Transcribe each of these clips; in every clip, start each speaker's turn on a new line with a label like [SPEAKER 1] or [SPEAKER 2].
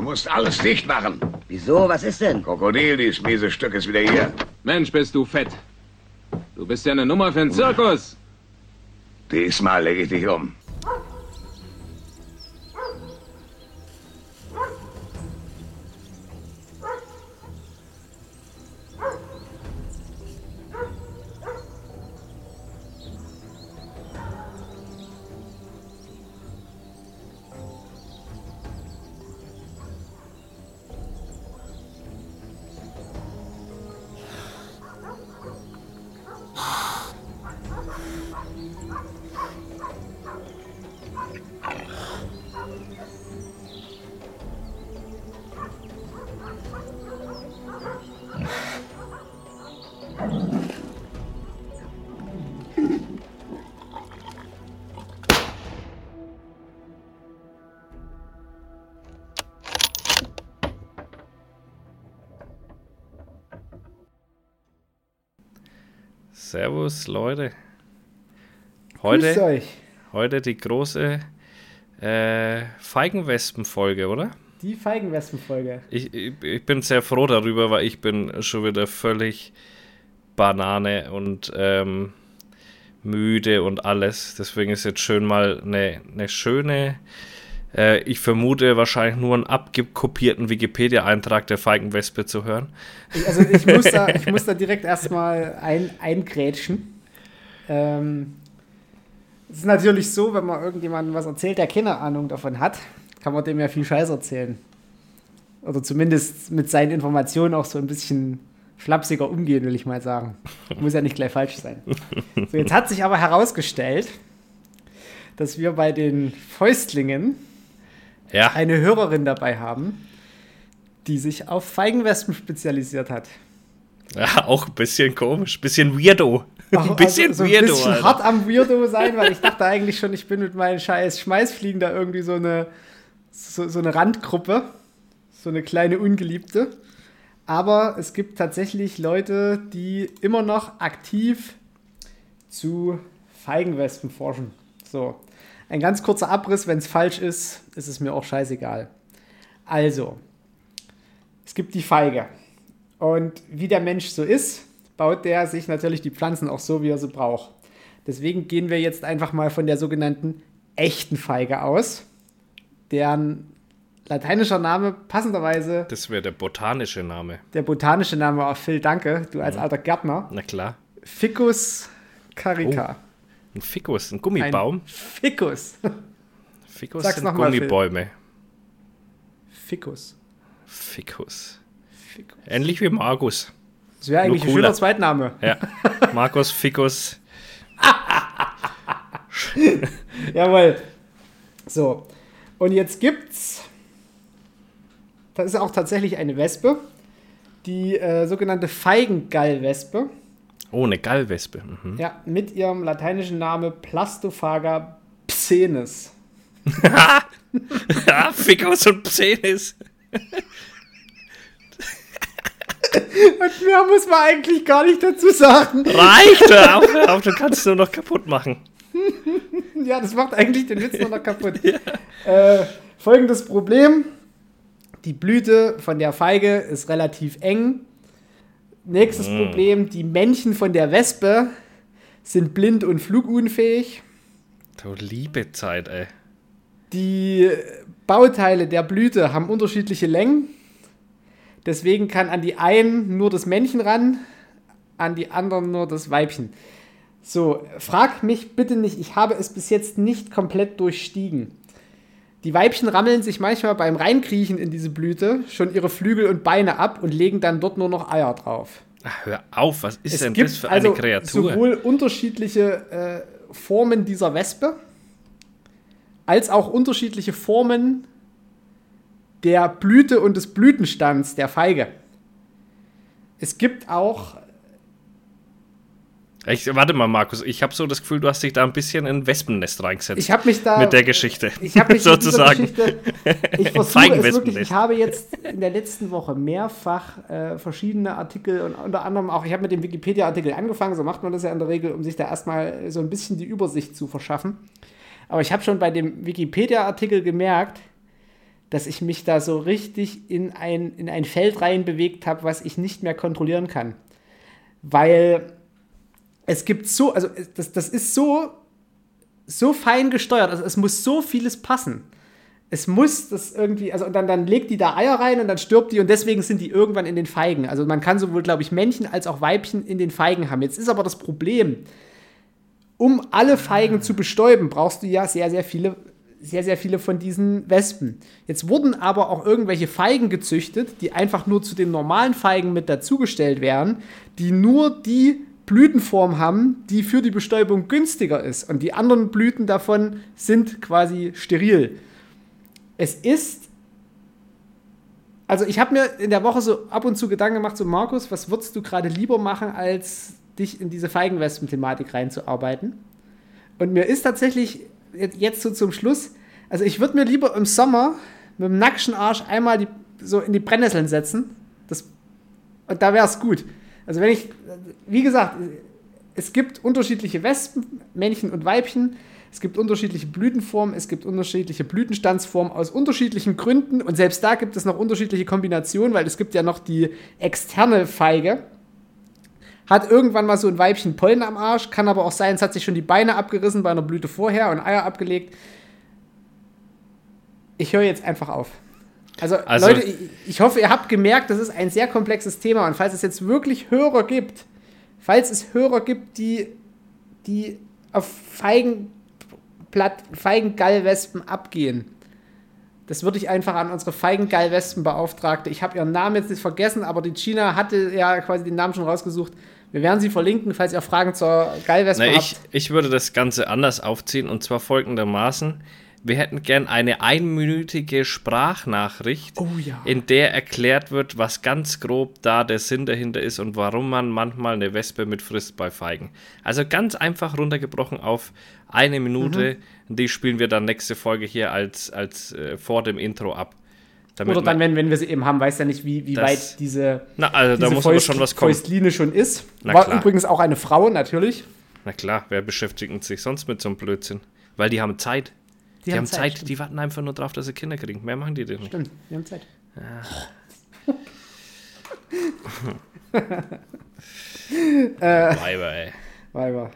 [SPEAKER 1] musst alles dicht machen.
[SPEAKER 2] Wieso? Was ist denn?
[SPEAKER 1] Krokodil, dieses miese Stück ist wieder hier.
[SPEAKER 3] Mensch, bist du fett. Du bist ja eine Nummer für den Zirkus.
[SPEAKER 1] Diesmal lege ich dich um.
[SPEAKER 4] Servus, Leute.
[SPEAKER 5] Grüßt euch.
[SPEAKER 4] Heute die große Feigenwespen-Folge, oder?
[SPEAKER 5] Die Feigenwespen-Folge.
[SPEAKER 4] Ich bin sehr froh darüber, weil ich bin schon wieder völlig Banane und müde und alles. Deswegen ist jetzt schön mal eine schöne, ich vermute wahrscheinlich nur einen abkopierten Wikipedia-Eintrag der Feigenwespe zu hören.
[SPEAKER 5] Ich muss da direkt erstmal eingrätschen. Es ist natürlich so, wenn man irgendjemandem was erzählt, der keine Ahnung davon hat, kann man dem ja viel Scheiß erzählen. Oder zumindest mit seinen Informationen auch so ein bisschen flapsiger umgehen, will ich mal sagen. Muss ja nicht gleich falsch sein. So, jetzt hat sich aber herausgestellt, dass wir bei den Fäustlingen eine Hörerin dabei haben, die sich auf Feigenwespen spezialisiert hat.
[SPEAKER 4] Ja, auch ein bisschen komisch, ein bisschen weirdo.
[SPEAKER 5] Ein bisschen hart am Weirdo sein, weil ich dachte eigentlich schon, ich bin mit meinen scheiß Schmeißfliegen da irgendwie so eine Randgruppe, so eine kleine Ungeliebte. Aber es gibt tatsächlich Leute, die immer noch aktiv zu Feigenwespen forschen. So, ein ganz kurzer Abriss, wenn es falsch ist, ist es mir auch scheißegal. Also, es gibt die Feige. Und wie der Mensch so ist, baut der sich natürlich die Pflanzen auch so, wie er sie braucht. Deswegen gehen wir jetzt einfach mal von der sogenannten echten Feige aus, deren lateinischer Name passenderweise...
[SPEAKER 4] Das wäre der botanische Name.
[SPEAKER 5] Der botanische Name, auch Phil, danke, du als alter Gärtner.
[SPEAKER 4] Na klar.
[SPEAKER 5] Ficus carica.
[SPEAKER 4] Oh, ein Ficus, ein Gummibaum.
[SPEAKER 5] Ficus.
[SPEAKER 4] Ficus
[SPEAKER 5] Sag's
[SPEAKER 4] sind
[SPEAKER 5] noch mal,
[SPEAKER 4] Gummibäume.
[SPEAKER 5] Ficus.
[SPEAKER 4] Ähnlich wie Markus.
[SPEAKER 5] Das wäre eigentlich ein schöner Zweitname.
[SPEAKER 4] Ja, Markus Ficus.
[SPEAKER 5] Jawohl. So, und jetzt gibt's, das ist auch tatsächlich eine Wespe, die sogenannte Feigengallwespe.
[SPEAKER 4] Oh, eine Gallwespe. Mhm.
[SPEAKER 5] Ja, mit ihrem lateinischen Namen Plastophaga psenis.
[SPEAKER 4] Ja, Ficus und Psenis.
[SPEAKER 5] Und mehr muss man eigentlich gar nicht dazu sagen.
[SPEAKER 4] Reicht, hör auf, du kannst es nur noch kaputt machen.
[SPEAKER 5] Ja, das macht eigentlich den Witz nur noch kaputt. Ja. Folgendes Problem. Die Blüte von der Feige ist relativ eng. Nächstes Problem, die Männchen von der Wespe sind blind und flugunfähig.
[SPEAKER 4] Du liebe Zeit, ey.
[SPEAKER 5] Die Bauteile der Blüte haben unterschiedliche Längen. Deswegen kann an die einen nur das Männchen ran, an die anderen nur das Weibchen. So, frag mich bitte nicht, ich habe es bis jetzt nicht komplett durchstiegen. Die Weibchen rammeln sich manchmal beim Reinkriechen in diese Blüte schon ihre Flügel und Beine ab und legen dann dort nur noch Eier drauf.
[SPEAKER 4] Ach, hör auf, was ist
[SPEAKER 5] Es
[SPEAKER 4] denn
[SPEAKER 5] gibt
[SPEAKER 4] das für eine
[SPEAKER 5] also
[SPEAKER 4] Kreatur?
[SPEAKER 5] sowohl unterschiedliche Formen dieser Wespe, als auch unterschiedliche Formen der Blüte und des Blütenstands der Feige. Es gibt auch...
[SPEAKER 4] Warte mal, Markus, ich habe so das Gefühl, du hast dich da ein bisschen in ein Wespennest reingesetzt.
[SPEAKER 5] Ich habe mich da...
[SPEAKER 4] Mit der Geschichte.
[SPEAKER 5] Ich habe mich
[SPEAKER 4] sozusagen.
[SPEAKER 5] Ich versuche es wirklich, ich habe jetzt in der letzten Woche mehrfach verschiedene Artikel und unter anderem auch, ich habe mit dem Wikipedia-Artikel angefangen, so macht man das ja in der Regel, um sich da erstmal so ein bisschen die Übersicht zu verschaffen. Aber ich habe schon bei dem Wikipedia-Artikel gemerkt, dass ich mich da so richtig in ein Feld rein bewegt habe, was ich nicht mehr kontrollieren kann. Weil es gibt also das ist so fein gesteuert, also es muss so vieles passen. Es muss das irgendwie, also und dann legt die da Eier rein und dann stirbt die und deswegen sind die irgendwann in den Feigen. Also man kann sowohl, glaube ich, Männchen als auch Weibchen in den Feigen haben. Jetzt ist aber das Problem, um alle Feigen zu bestäuben, brauchst du ja sehr, sehr viele von diesen Wespen. Jetzt wurden aber auch irgendwelche Feigen gezüchtet, die einfach nur zu den normalen Feigen mit dazugestellt werden, die nur die Blütenform haben, die für die Bestäubung günstiger ist. Und die anderen Blüten davon sind quasi steril. Also ich habe mir in der Woche so ab und zu Gedanken gemacht, so Markus, was würdest du gerade lieber machen, als dich in diese Feigenwespen-Thematik reinzuarbeiten? Und mir ist tatsächlich jetzt so zum Schluss, also ich würde mir lieber im Sommer mit dem nackten Arsch einmal so in die Brennnesseln setzen und da wäre es gut. Also wie gesagt, es gibt unterschiedliche Wespen, Männchen und Weibchen, es gibt unterschiedliche Blütenformen, es gibt unterschiedliche Blütenstandsformen aus unterschiedlichen Gründen und selbst da gibt es noch unterschiedliche Kombinationen, weil es gibt ja noch die externe Feige, hat irgendwann mal so ein Weibchen Pollen am Arsch, kann aber auch sein, es hat sich schon die Beine abgerissen bei einer Blüte vorher und Eier abgelegt. Ich höre jetzt einfach auf. Also Leute, ich hoffe, ihr habt gemerkt, das ist ein sehr komplexes Thema und falls es jetzt wirklich Hörer gibt, die auf Feigengallwespen abgehen, das würde ich einfach an unsere Feigengallwespenbeauftragte, ich habe ihren Namen jetzt nicht vergessen, aber die Gina hatte ja quasi den Namen schon rausgesucht. Wir werden sie verlinken, falls ihr Fragen zur Gallwespe habt.
[SPEAKER 4] Ich würde das Ganze anders aufziehen und zwar folgendermaßen. Wir hätten gern eine einminütige Sprachnachricht, in der erklärt wird, was ganz grob da der Sinn dahinter ist und warum man manchmal eine Wespe mit frisst bei Feigen. Also ganz einfach runtergebrochen auf 1 Minute. Die spielen wir dann nächste Folge hier als vor dem Intro ab.
[SPEAKER 5] Oder dann, wenn wir sie eben haben, weiß ja nicht, wie weit diese
[SPEAKER 4] da muss aber schon was kommen.
[SPEAKER 5] Fäustline schon ist. War übrigens auch eine Frau, natürlich.
[SPEAKER 4] Na klar, wer beschäftigt sich sonst mit so einem Blödsinn? Weil die haben Zeit. Die haben Zeit, die warten einfach nur drauf, dass sie Kinder kriegen. Mehr machen die denn nicht.
[SPEAKER 5] Stimmt, die haben Zeit.
[SPEAKER 4] Weiber, ey.
[SPEAKER 5] Weiber.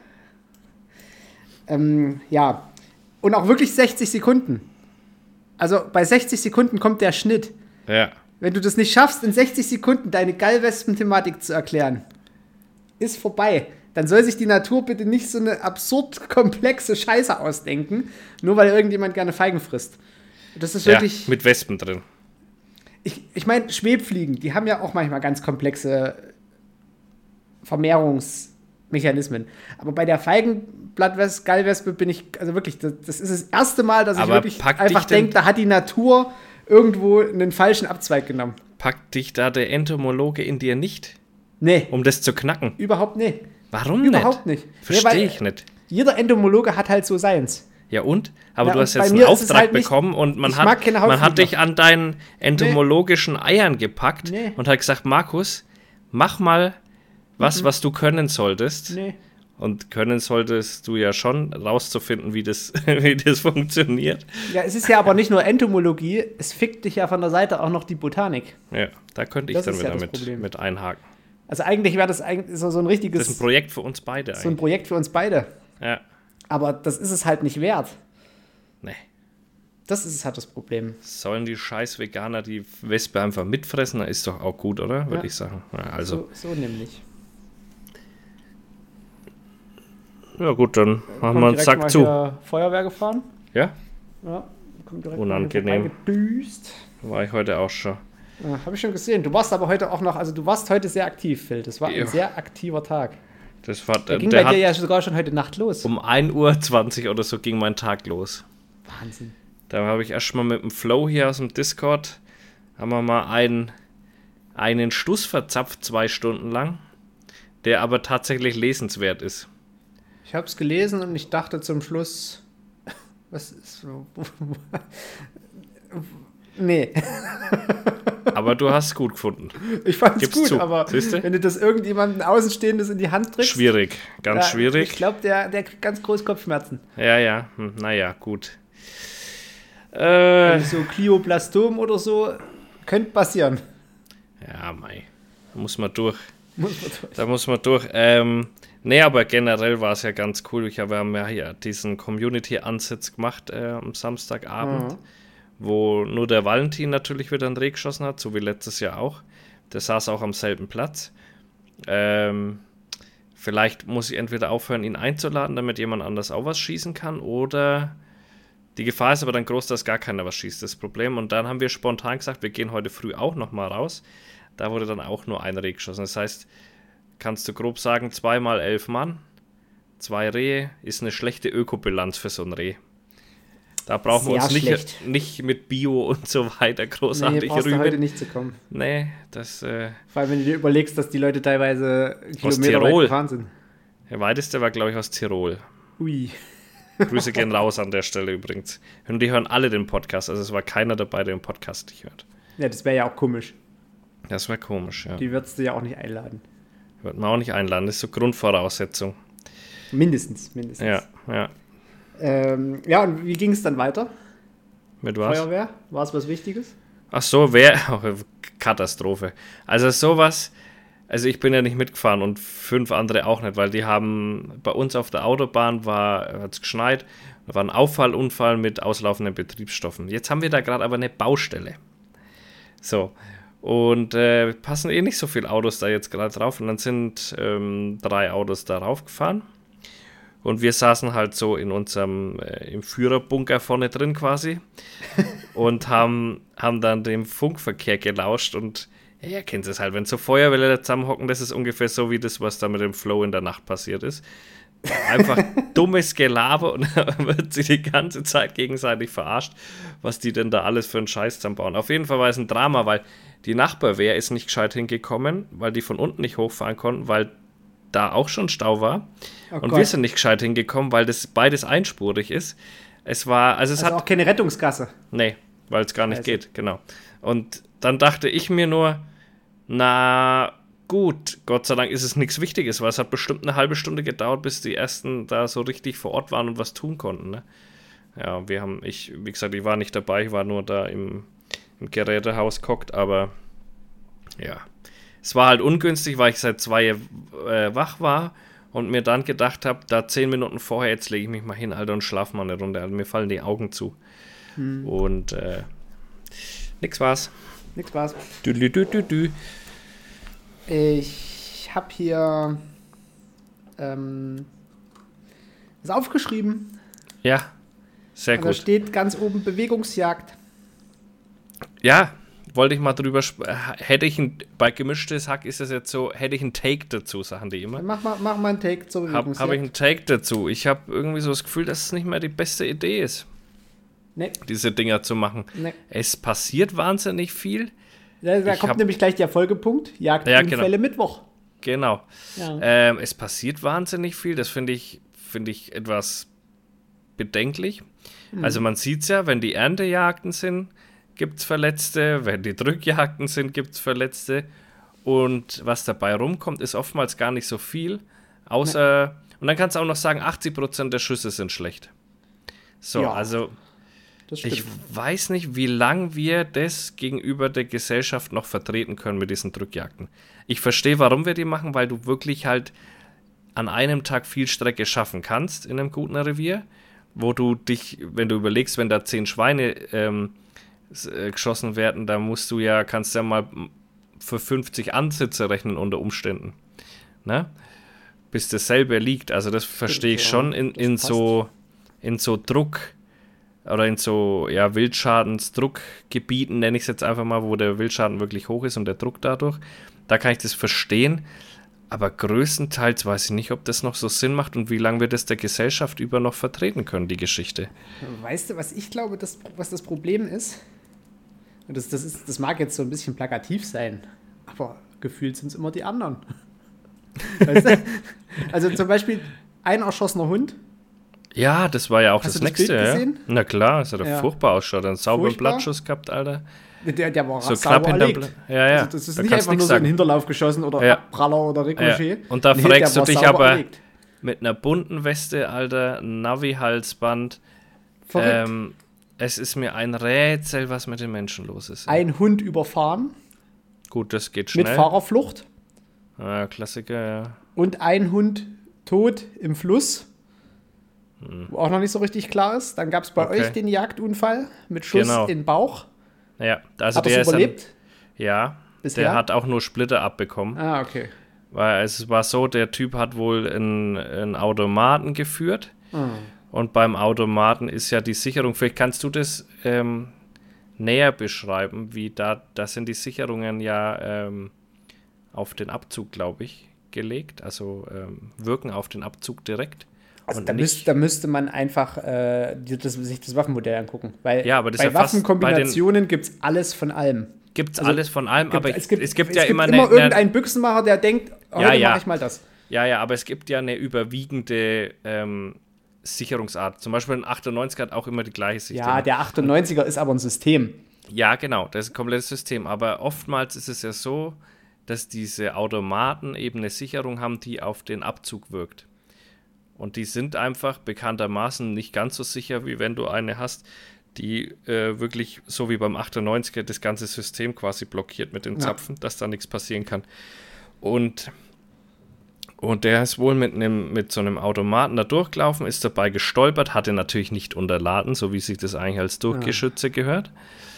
[SPEAKER 5] Ja. Und auch wirklich 60 Sekunden. Also bei 60 Sekunden kommt der Schnitt.
[SPEAKER 4] Ja.
[SPEAKER 5] Wenn du das nicht schaffst, in 60 Sekunden deine Gallwespen-Thematik zu erklären, ist vorbei. Dann soll sich die Natur bitte nicht so eine absurd komplexe Scheiße ausdenken, nur weil irgendjemand gerne Feigen frisst. Das ist wirklich...
[SPEAKER 4] mit Wespen drin.
[SPEAKER 5] Ich meine, Schwebfliegen, die haben ja auch manchmal ganz komplexe Vermehrungsmechanismen. Aber bei der Feigenblattgallwespe bin ich, also wirklich, das ist das erste Mal, dass ich wirklich einfach denke, da hat die Natur irgendwo einen falschen Abzweig genommen.
[SPEAKER 4] Packt dich da der Entomologe in dir nicht?
[SPEAKER 5] Nee.
[SPEAKER 4] Um das zu knacken?
[SPEAKER 5] Überhaupt nicht.
[SPEAKER 4] Warum
[SPEAKER 5] Überhaupt nicht?
[SPEAKER 4] Verstehe ich nicht.
[SPEAKER 5] Jeder Entomologe hat halt so seins.
[SPEAKER 4] Ja und? Aber du hast jetzt einen Auftrag halt bekommen und man hat dich an deinen entomologischen Eiern gepackt und hat gesagt, Markus, mach mal was du können solltest.
[SPEAKER 5] Nee.
[SPEAKER 4] Und können solltest du ja schon rauszufinden, wie das funktioniert.
[SPEAKER 5] Ja, es ist ja aber nicht nur Entomologie, es fickt dich ja von der Seite auch noch die Botanik.
[SPEAKER 4] Ja, da könnte ich dann wieder mit einhaken.
[SPEAKER 5] Also eigentlich wäre das so ein richtiges...
[SPEAKER 4] Das ist ein Projekt für uns beide eigentlich.
[SPEAKER 5] So ein Projekt für uns beide.
[SPEAKER 4] Ja.
[SPEAKER 5] Aber das ist es halt nicht wert.
[SPEAKER 4] Nee.
[SPEAKER 5] Das ist halt das Problem.
[SPEAKER 4] Sollen die scheiß Veganer die Wespe einfach mitfressen? Ist doch auch gut, oder? Würde ich sagen. Ja, also.
[SPEAKER 5] So nämlich.
[SPEAKER 4] Ja gut, dann machen wir einen Zack zu.
[SPEAKER 5] Feuerwehr gefahren.
[SPEAKER 4] Ja?
[SPEAKER 5] Ja, kommt direkt
[SPEAKER 4] unangenehm. War ich heute auch schon.
[SPEAKER 5] Ja, habe ich schon gesehen. Du warst aber heute auch noch, also du warst heute sehr aktiv, Phil. Das war ein sehr aktiver Tag. Der ging bei dir ja sogar schon heute Nacht los.
[SPEAKER 4] Um 1:20 Uhr oder so ging mein Tag los.
[SPEAKER 5] Wahnsinn.
[SPEAKER 4] Da habe ich erstmal mit dem Flow hier aus dem Discord, haben wir mal einen Stuss verzapft 2 Stunden lang, der aber tatsächlich lesenswert ist.
[SPEAKER 5] Ich habe es gelesen und ich dachte zum Schluss, was ist so? Nee.
[SPEAKER 4] Aber du hast es gut gefunden.
[SPEAKER 5] Ich fand es gut, aber wenn du das irgendjemandem Außenstehendes in die Hand drückst...
[SPEAKER 4] Schwierig, ganz schwierig.
[SPEAKER 5] Ich glaube, der kriegt ganz groß Kopfschmerzen.
[SPEAKER 4] Ja, naja, gut.
[SPEAKER 5] So Glioblastom oder so, könnte passieren.
[SPEAKER 4] Ja, mei. Da muss man durch. Da muss man durch. Nee, aber generell war es ja ganz cool. Wir haben ja hier diesen Community-Ansatz gemacht am Samstagabend, wo nur der Valentin natürlich wieder einen Reh geschossen hat, so wie letztes Jahr auch. Der saß auch am selben Platz. Vielleicht muss ich entweder aufhören, ihn einzuladen, damit jemand anders auch was schießen kann, oder die Gefahr ist aber dann groß, dass gar keiner was schießt, das Problem. Und dann haben wir spontan gesagt, wir gehen heute früh auch nochmal raus. Da wurde dann auch nur ein Reh geschossen. Das heißt, kannst du grob sagen, 2 mal 11 Mann, 2 Rehe, ist eine schlechte Ökobilanz für so ein Reh. Da brauchen wir uns nicht mit Bio und so weiter großartig
[SPEAKER 5] rühmen. Nee, heute nicht zu kommen.
[SPEAKER 4] Nee, das...
[SPEAKER 5] Vor allem, wenn du dir überlegst, dass die Leute teilweise Kilometer weit gefahren sind.
[SPEAKER 4] Der weiteste war, glaube ich, aus Tirol.
[SPEAKER 5] Ui.
[SPEAKER 4] Grüße gehen raus an der Stelle übrigens. Und die hören alle den Podcast, also es war keiner dabei, der den Podcast nicht hört.
[SPEAKER 5] Ja, das wäre ja auch komisch.
[SPEAKER 4] Das wäre komisch, ja.
[SPEAKER 5] Die würdest du ja auch nicht einladen.
[SPEAKER 4] Wird man auch nicht einladen, das ist so Grundvoraussetzung.
[SPEAKER 5] Mindestens.
[SPEAKER 4] Ja.
[SPEAKER 5] Ja, und wie ging es dann weiter?
[SPEAKER 4] Mit was?
[SPEAKER 5] Feuerwehr? War es was Wichtiges?
[SPEAKER 4] Ach so, Katastrophe. Also sowas, also ich bin ja nicht mitgefahren und 5 andere auch nicht, weil die haben, bei uns auf der Autobahn hat es geschneit, da war ein Auffallunfall mit auslaufenden Betriebsstoffen. Jetzt haben wir da gerade aber eine Baustelle. So, und passen nicht so viele Autos da jetzt gerade drauf und dann sind 3 Autos darauf gefahren. Und wir saßen halt so in unserem im Führerbunker vorne drin quasi und haben dann dem Funkverkehr gelauscht und ja, ihr kennt es halt, wenn so Feuerwehrler da zusammenhocken, das ist ungefähr so wie das, was da mit dem Flow in der Nacht passiert ist. Einfach dummes Gelaber und dann wird sie die ganze Zeit gegenseitig verarscht, was die denn da alles für einen Scheiß zusammenbauen. Auf jeden Fall war es ein Drama, weil die Nachbarwehr ist nicht gescheit hingekommen, weil die von unten nicht hochfahren konnten, weil da auch schon Stau war. Und wir sind nicht gescheit hingekommen, weil das beides einspurig ist. Es hat
[SPEAKER 5] auch keine Rettungsgasse.
[SPEAKER 4] Nee, weil es gar nicht geht, genau. Und dann dachte ich mir nur, na gut, Gott sei Dank ist es nichts Wichtiges, weil es hat bestimmt eine halbe Stunde gedauert, bis die ersten da so richtig vor Ort waren und was tun konnten. Ne? Ja, wie gesagt, ich war nicht dabei, ich war nur da im Gerätehaus gehockt, aber ja. Es war halt ungünstig, weil ich seit 2 wach war und mir dann gedacht habe, da 10 Minuten vorher, jetzt lege ich mich mal hin, Alter, und schlaf mal eine Runde. Also mir fallen die Augen zu. Und nix war's.
[SPEAKER 5] Ich habe hier was aufgeschrieben.
[SPEAKER 4] Ja, sehr gut.
[SPEAKER 5] Da steht ganz oben Bewegungsjagd.
[SPEAKER 4] Ja, wollte ich mal drüber bei gemischtes Hack ist es jetzt so, hätte ich einen Take dazu, sagen die immer.
[SPEAKER 5] Mach mal einen Take zur Bewegungsjagd.
[SPEAKER 4] Habe ich einen Take dazu. Ich habe irgendwie so das Gefühl, dass es nicht mehr die beste Idee ist, diese Dinger zu machen. Nee. Es passiert wahnsinnig viel.
[SPEAKER 5] Ja, da kommt nämlich gleich der Folgepunkt, Jagdunfälle Mittwoch.
[SPEAKER 4] Genau. Ja. Es passiert wahnsinnig viel, das finde ich etwas bedenklich. Also man sieht es ja, wenn die Erntejagden sind, gibt es Verletzte, wenn die Drückjagden sind, gibt es Verletzte und was dabei rumkommt, ist oftmals gar nicht so viel, außer, und dann kannst du auch noch sagen, 80% der Schüsse sind schlecht. So, ja, also ich weiß nicht, wie lange wir das gegenüber der Gesellschaft noch vertreten können mit diesen Drückjagden. Ich verstehe, warum wir die machen, weil du wirklich halt an einem Tag viel Strecke schaffen kannst in einem guten Revier, wo du dich, wenn du überlegst, wenn da 10 Schweine geschossen werden, da kannst du ja mal für 50 Ansitze rechnen unter Umständen. Ne? Bis dasselbe liegt. Also das verstehe ich schon in so Druck oder in so Wildschadensdruckgebieten, nenne ich es jetzt einfach mal, wo der Wildschaden wirklich hoch ist und der Druck dadurch. Da kann ich das verstehen, aber größtenteils weiß ich nicht, ob das noch so Sinn macht und wie lange wir das der Gesellschaft über noch vertreten können, die Geschichte.
[SPEAKER 5] Weißt du, was ich glaube, was das Problem ist? Und das mag jetzt so ein bisschen plakativ sein, aber gefühlt sind es immer die anderen. Weißt du? Also zum Beispiel ein erschossener Hund.
[SPEAKER 4] Ja, das war ja auch
[SPEAKER 5] Hast
[SPEAKER 4] das
[SPEAKER 5] du
[SPEAKER 4] Nächste.
[SPEAKER 5] Bild gesehen?
[SPEAKER 4] Na klar, es hat furchtbar ausschaut. Einen sauberen Blattschuss gehabt, Alter.
[SPEAKER 5] Der war
[SPEAKER 4] so
[SPEAKER 5] knapp
[SPEAKER 4] hinter. Ja.
[SPEAKER 5] Also das ist nicht einfach nur so ein Hinterlauf geschossen oder Abpraller oder Ricochet.
[SPEAKER 4] Ja. Und da fragst du dich aber mit einer bunten Weste, Alter, Navi-Halsband, Es ist mir ein Rätsel, was mit den Menschen los ist.
[SPEAKER 5] Ein Hund überfahren.
[SPEAKER 4] Gut, das geht schnell.
[SPEAKER 5] Mit Fahrerflucht.
[SPEAKER 4] Ja, Klassiker, ja.
[SPEAKER 5] Und ein Hund tot im Fluss. Wo auch noch nicht so richtig klar ist. Dann gab es bei euch den Jagdunfall mit Schuss in den Bauch.
[SPEAKER 4] Ja, also
[SPEAKER 5] hat
[SPEAKER 4] der
[SPEAKER 5] ist überlebt?
[SPEAKER 4] Ja, bisher? Der hat auch nur Splitter abbekommen.
[SPEAKER 5] Ah, okay.
[SPEAKER 4] Weil es war so, der Typ hat wohl einen Automaten geführt. Und beim Automaten ist ja die Sicherung, vielleicht kannst du das näher beschreiben, wie da sind die Sicherungen ja auf den Abzug, glaube ich, gelegt. Also wirken auf den Abzug direkt.
[SPEAKER 5] Also da müsste man einfach sich das Waffenmodell angucken. Weil
[SPEAKER 4] ja, aber das
[SPEAKER 5] bei Waffenkombinationen gibt es alles von allem.
[SPEAKER 4] Gibt es alles von allem, aber es gibt
[SPEAKER 5] ja immer irgendeinen Büchsenmacher, der denkt, heute mache ich mal das.
[SPEAKER 4] Ja, aber es gibt ja eine überwiegende Sicherungsart. Zum Beispiel ein 98er hat auch immer die gleiche Sicherung.
[SPEAKER 5] Ja, der 98er ist aber ein System.
[SPEAKER 4] Ja, genau, das ist ein komplettes System. Aber oftmals ist es ja so, dass diese Automaten eben eine Sicherung haben, die auf den Abzug wirkt. Und die sind einfach bekanntermaßen nicht ganz so sicher, wie wenn du eine hast, die wirklich, so wie beim 98er, das ganze System quasi blockiert mit den Zapfen, dass da nichts passieren kann. Und der ist wohl mit so einem Automaten da durchgelaufen, ist dabei gestolpert, hatte natürlich nicht unterladen, so wie sich das eigentlich als Durchgeschütze gehört,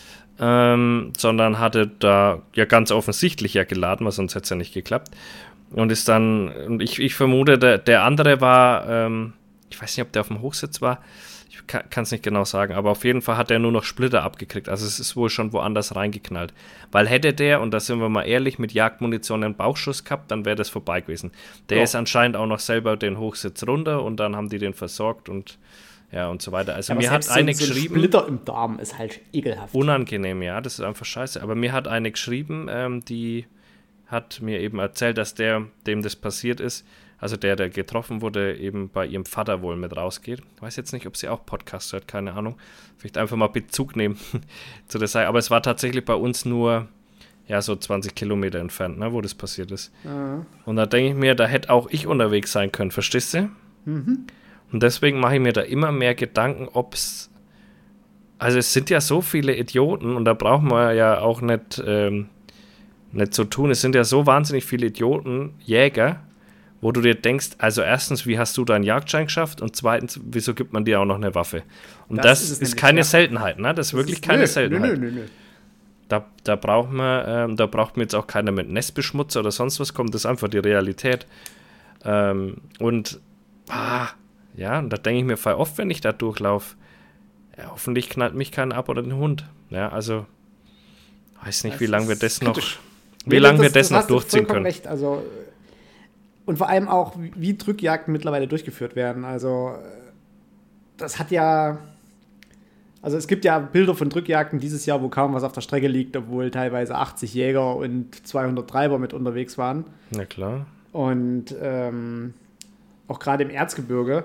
[SPEAKER 4] sondern hatte da ja ganz offensichtlich ja geladen, weil sonst hätte es ja nicht geklappt. Und ist dann, und ich vermute, der andere war, ich weiß nicht, ob der auf dem Hochsitz war, ich kann es nicht genau sagen, aber auf jeden Fall hat er nur noch Splitter abgekriegt. Also es ist wohl schon woanders reingeknallt. Weil hätte der, und da sind wir mal ehrlich, mit Jagdmunition einen Bauchschuss gehabt, dann wäre das vorbei gewesen. Der ist anscheinend auch noch selber den Hochsitz runter und dann haben die den versorgt und so weiter. Also mir hat eine geschrieben.
[SPEAKER 5] Splitter im Darm ist halt ekelhaft.
[SPEAKER 4] Unangenehm, ja, das ist einfach scheiße. Aber mir hat eine geschrieben, die hat mir eben erzählt, dass dem das passiert ist, also der getroffen wurde, eben bei ihrem Vater wohl mit rausgeht. Ich weiß jetzt nicht, ob sie auch Podcast hört, keine Ahnung. Vielleicht einfach mal Bezug nehmen zu der Sache. Aber es war tatsächlich bei uns nur, so 20 Kilometer entfernt, ne, wo das passiert ist. Mhm. Und da denke ich mir, da hätte auch ich unterwegs sein können, verstehst du? Mhm. Und deswegen mache ich mir da immer mehr Gedanken, also es sind ja so viele Idioten und da braucht man ja auch nicht zu tun. Es sind ja so wahnsinnig viele Idioten, Jäger, wo du dir denkst, also erstens, wie hast du deinen Jagdschein geschafft und zweitens, wieso gibt man dir auch noch eine Waffe? Und das ist keine Seltenheit, ne? Das ist wirklich keine Seltenheit. Nö. Da braucht man jetzt auch keiner mit Nestbeschmutzer oder sonst was kommt, das ist einfach die Realität. Und da denke ich mir voll oft, wenn ich da durchlaufe, hoffentlich knallt mich keiner ab oder den Hund. Ja, also weiß nicht, wie lange wir das noch durchziehen können.
[SPEAKER 5] Recht. Also, und vor allem auch, wie Drückjagden mittlerweile durchgeführt werden. Also, das hat ja. Also, es gibt ja Bilder von Drückjagden dieses Jahr, wo kaum was auf der Strecke liegt, obwohl teilweise 80 Jäger und 200 Treiber mit unterwegs waren.
[SPEAKER 4] Na klar.
[SPEAKER 5] Und auch gerade im Erzgebirge,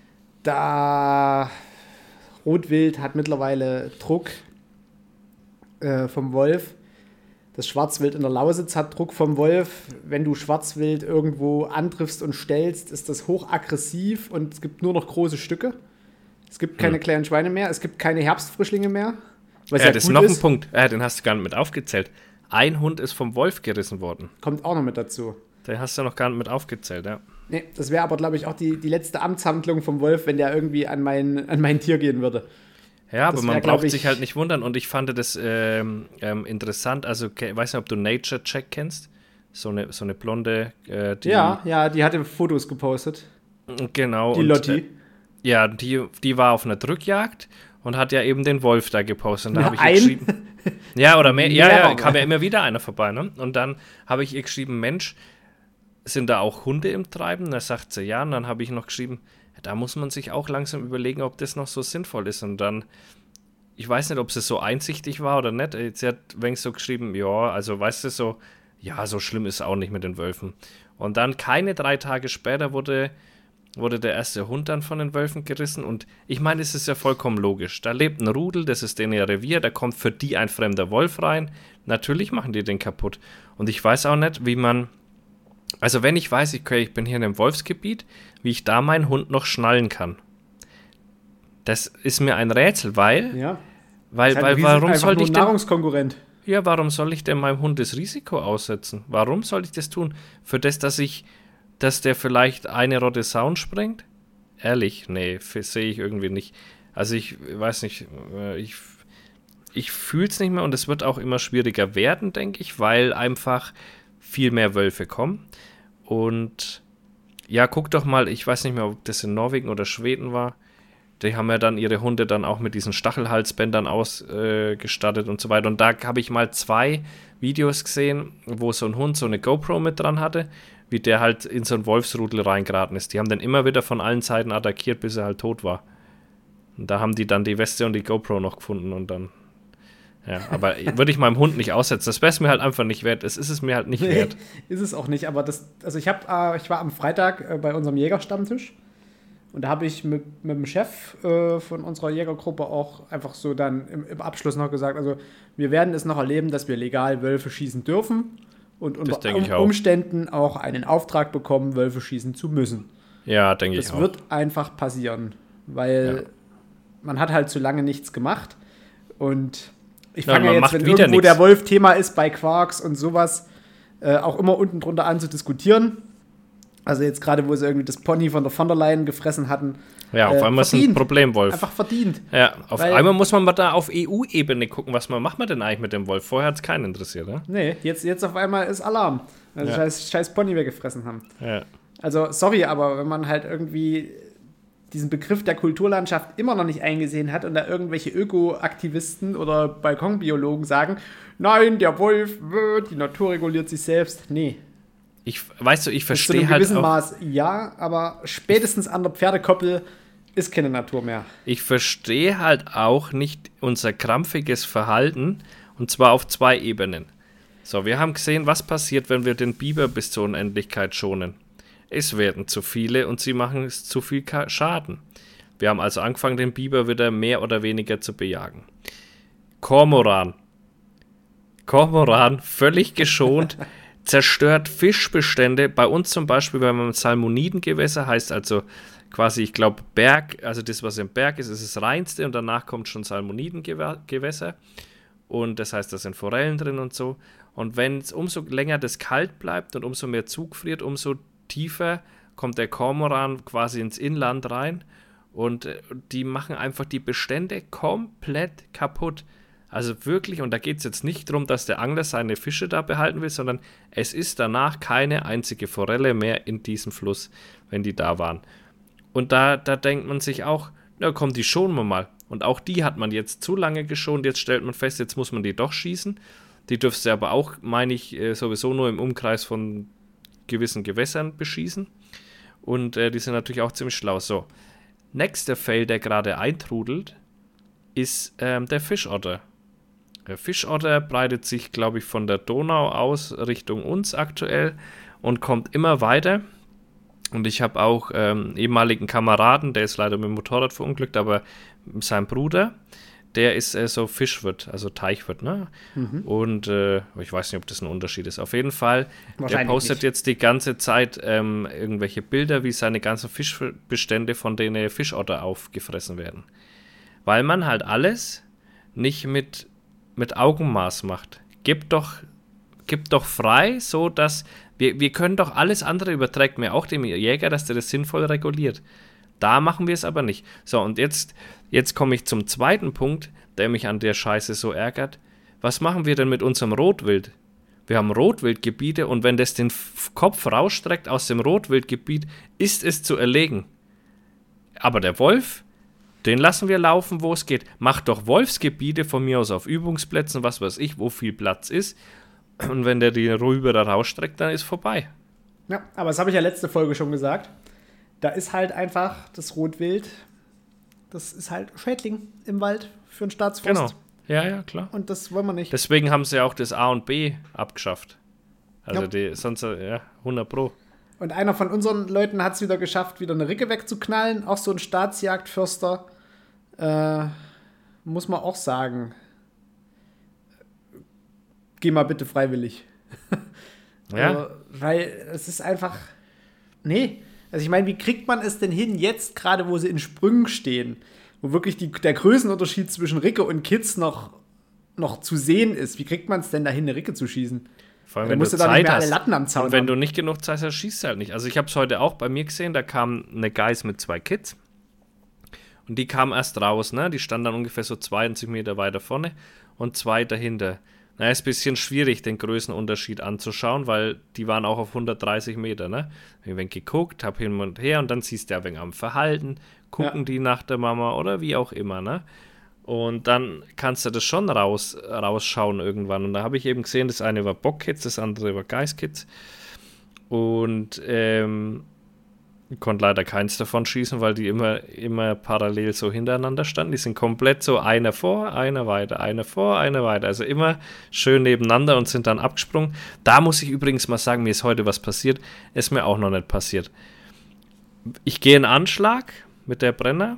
[SPEAKER 5] da Rotwild hat mittlerweile Druck vom Wolf. Das Schwarzwild in der Lausitz hat Druck vom Wolf. Wenn du Schwarzwild irgendwo antriffst und stellst, ist das hochaggressiv und es gibt nur noch große Stücke. Es gibt keine kleinen Schweine mehr, es gibt keine Herbstfrischlinge mehr.
[SPEAKER 4] Das ist noch ein Punkt, den hast du gar nicht mit aufgezählt. Ein Hund ist vom Wolf gerissen worden.
[SPEAKER 5] Kommt auch noch mit dazu.
[SPEAKER 4] Den hast du noch gar nicht mit aufgezählt, ja.
[SPEAKER 5] Nee, das wäre aber, glaube ich, auch die letzte Amtshandlung vom Wolf, wenn der irgendwie an mein Tier gehen würde.
[SPEAKER 4] Ja, aber man braucht sich halt nicht wundern und ich fand das interessant, also ich weiß nicht, ob du Nature Check kennst, so eine blonde,
[SPEAKER 5] die hatte Fotos gepostet.
[SPEAKER 4] Genau.
[SPEAKER 5] Die Lotti.
[SPEAKER 4] Die war auf einer Drückjagd und hat ja eben den Wolf da gepostet. Und da habe ich ihr geschrieben. Ja, oder mehr. Ja, kam ja immer wieder einer vorbei, ne? Und dann habe ich ihr geschrieben, Mensch, sind da auch Hunde im Treiben? Und da sagt sie, ja. Und dann habe ich noch geschrieben, da muss man sich auch langsam überlegen, ob das noch so sinnvoll ist. Und dann, ich weiß nicht, ob sie so einsichtig war oder nicht. Sie hat wenigstens so geschrieben, ja, also weißt du, so schlimm ist es auch nicht mit den Wölfen. Und dann keine 3 Tage später wurde der erste Hund dann von den Wölfen gerissen. Und ich meine, es ist ja vollkommen logisch. Da lebt ein Rudel, das ist denen ihr Revier, da kommt für die ein fremder Wolf rein. Natürlich machen die den kaputt. Und ich weiß auch nicht, wie man, also wenn ich weiß, ich bin hier in einem Wolfsgebiet, wie ich da meinen Hund noch schnallen kann. Das ist mir ein Rätsel, weil
[SPEAKER 5] Ja.
[SPEAKER 4] weil
[SPEAKER 5] Halt
[SPEAKER 4] warum
[SPEAKER 5] einfach
[SPEAKER 4] sollte
[SPEAKER 5] nur
[SPEAKER 4] ich
[SPEAKER 5] ein
[SPEAKER 4] denn
[SPEAKER 5] Nahrungskonkurrent.
[SPEAKER 4] Ja, warum soll ich denn meinem Hund das Risiko aussetzen? Warum soll ich das tun? Für das, dass der vielleicht eine Rotte Zaun sprengt? Ehrlich, nee, sehe ich irgendwie nicht. Also ich weiß nicht, ich fühle es nicht mehr und es wird auch immer schwieriger werden, denke ich, weil einfach viel mehr Wölfe kommen. Und ja, guck doch mal, ich weiß nicht mehr, ob das in Norwegen oder Schweden war. Die haben ja dann ihre Hunde dann auch mit diesen Stachelhalsbändern ausgestattet und so weiter. Und da habe ich mal 2 Videos gesehen, wo so ein Hund so eine GoPro mit dran hatte, wie der halt in so ein Wolfsrudel reingeraten ist. Die haben dann immer wieder von allen Seiten attackiert, bis er halt tot war. Und da haben die dann die Weste und die GoPro noch gefunden und dann... Ja, aber würde ich meinem Hund nicht aussetzen. Das wäre es mir halt einfach nicht wert. Es ist es mir halt nicht wert.
[SPEAKER 5] Ist es auch nicht, aber ich war am Freitag bei unserem Jägerstammtisch. Und da habe ich mit dem Chef von unserer Jägergruppe auch einfach so dann im Abschluss noch gesagt, also wir werden es noch erleben, dass wir legal Wölfe schießen dürfen und unter Umständen auch einen Auftrag bekommen, Wölfe schießen zu müssen.
[SPEAKER 4] Ja, denke ich auch.
[SPEAKER 5] Das wird einfach passieren, weil man hat halt zu lange nichts gemacht. Und ich fange ja jetzt, wenn irgendwo der Wolf Thema ist bei Quarks und sowas, auch immer unten drunter an zu diskutieren. Also jetzt gerade, wo sie irgendwie das Pony von der Leyen gefressen hatten.
[SPEAKER 4] Ja, auf einmal ist ein Problemwolf.
[SPEAKER 5] Einfach verdient.
[SPEAKER 4] Ja, auf einmal muss man mal da auf EU-Ebene gucken, was macht man denn eigentlich mit dem Wolf? Vorher hat es keinen interessiert, ne?
[SPEAKER 5] Nee, jetzt auf einmal ist Alarm. Also scheiß Pony weggefressen haben.
[SPEAKER 4] Ja.
[SPEAKER 5] Also, sorry, aber wenn man halt irgendwie diesen Begriff der Kulturlandschaft immer noch nicht eingesehen hat und da irgendwelche Ökoaktivisten oder Balkonbiologen sagen, nein, der Wolf, die Natur reguliert sich selbst. Nee.
[SPEAKER 4] Ich verstehe halt
[SPEAKER 5] zu einem gewissen Maß ja, aber spätestens an der Pferdekoppel ist keine Natur mehr.
[SPEAKER 4] Ich verstehe halt auch nicht unser krampfiges Verhalten, und zwar auf 2 Ebenen. So, wir haben gesehen, was passiert, wenn wir den Biber bis zur Unendlichkeit schonen. Es werden zu viele und sie machen es zu viel Schaden. Wir haben also angefangen, den Biber wieder mehr oder weniger zu bejagen. Kormoran, völlig geschont, zerstört Fischbestände. Bei uns zum Beispiel, wenn man Salmonidengewässer heißt, also quasi, ich glaube, Berg, also das, was im Berg ist, ist das reinste und danach kommt schon Salmonidengewässer. Und das heißt, da sind Forellen drin und so. Und wenn es umso länger das kalt bleibt und umso mehr Zug friert, umso tiefer kommt der Kormoran quasi ins Inland rein. Und die machen einfach die Bestände komplett kaputt. Also wirklich, und da geht es jetzt nicht darum, dass der Angler seine Fische da behalten will, sondern es ist danach keine einzige Forelle mehr in diesem Fluss, wenn die da waren. Und da denkt man sich auch, na komm, die schonen wir mal. Und auch die hat man jetzt zu lange geschont, jetzt stellt man fest, jetzt muss man die doch schießen. Die dürfst du aber auch, meine ich, sowieso nur im Umkreis von gewissen Gewässern beschießen. Und die sind natürlich auch ziemlich schlau. So, nächster Fail, der gerade eintrudelt, ist der Fischotter. Der Fischotter breitet sich, glaube ich, von der Donau aus Richtung uns aktuell und kommt immer weiter. Und ich habe auch ehemaligen Kameraden, der ist leider mit dem Motorrad verunglückt, aber sein Bruder, der ist so Fischwirt, also Teichwirt, ne? Mhm. Und ich weiß nicht, ob das ein Unterschied ist. Auf jeden Fall, der postet nicht jetzt die ganze Zeit irgendwelche Bilder, wie seine ganzen Fischbestände von denen Fischotter aufgefressen werden. Weil man halt alles nicht mit Augenmaß macht. Gib doch frei, so dass wir können doch alles andere, überträgt mir auch dem Jäger, dass der das sinnvoll reguliert. Da machen wir es aber nicht. So, und jetzt komme ich zum zweiten Punkt, der mich an der Scheiße so ärgert. Was machen wir denn mit unserem Rotwild? Wir haben Rotwildgebiete und wenn das den Kopf rausstreckt aus dem Rotwildgebiet, ist es zu erlegen. Aber der Wolf, den lassen wir laufen, wo es geht. Macht doch Wolfsgebiete von mir aus auf Übungsplätzen, was weiß ich, wo viel Platz ist. Und wenn der die Rübe da rausstreckt, dann ist vorbei.
[SPEAKER 5] Ja, aber das habe ich ja letzte Folge schon gesagt. Da ist halt einfach das Rotwild, das ist halt Schädling im Wald für einen Staatsforst.
[SPEAKER 4] Genau, ja, klar.
[SPEAKER 5] Und das wollen wir nicht.
[SPEAKER 4] Deswegen haben sie ja auch das A und B abgeschafft. Also sonst, 100 Pro.
[SPEAKER 5] Und einer von unseren Leuten hat es wieder geschafft, wieder eine Ricke wegzuknallen. Auch so ein Staatsjagdförster. Muss man auch sagen. Geh mal bitte freiwillig.
[SPEAKER 4] Ja.
[SPEAKER 5] Weil es ist einfach... Nee. Also ich meine, wie kriegt man es denn hin, jetzt gerade, wo sie in Sprüngen stehen, wo wirklich der Größenunterschied zwischen Ricke und Kitz noch zu sehen ist. Wie kriegt man es denn dahin, eine Ricke zu schießen?
[SPEAKER 4] Vor allem, wenn
[SPEAKER 5] musst
[SPEAKER 4] du
[SPEAKER 5] du da
[SPEAKER 4] Zeit
[SPEAKER 5] nicht mehr
[SPEAKER 4] hast.
[SPEAKER 5] alle Latten am Zaun
[SPEAKER 4] Und wenn
[SPEAKER 5] haben.
[SPEAKER 4] du nicht genug Zeit hast, schießt du halt nicht. Also ich habe es heute auch bei mir gesehen, da kam eine Geiß mit 2 Kids und die kam erst raus, ne? Die stand dann ungefähr so 20 Meter weiter vorne und 2 dahinter. Na, ist ein bisschen schwierig, den Größenunterschied anzuschauen, weil die waren auch auf 130 Meter, ne? Ich habe ein wenig geguckt, habe hin und her und dann siehst du ein wenig am Verhalten, gucken die nach der Mama oder wie auch immer, ne? Und dann kannst du das schon rausschauen irgendwann. Und da habe ich eben gesehen, das eine war Bockkids, das andere war Geißkids. Und ich konnte leider keins davon schießen, weil die immer parallel so hintereinander standen. Die sind komplett so einer vor, einer weiter, einer vor, einer weiter. Also immer schön nebeneinander und sind dann abgesprungen. Da muss ich übrigens mal sagen, mir ist heute was passiert. Ist mir auch noch nicht passiert. Ich gehe in Anschlag mit der Brenner.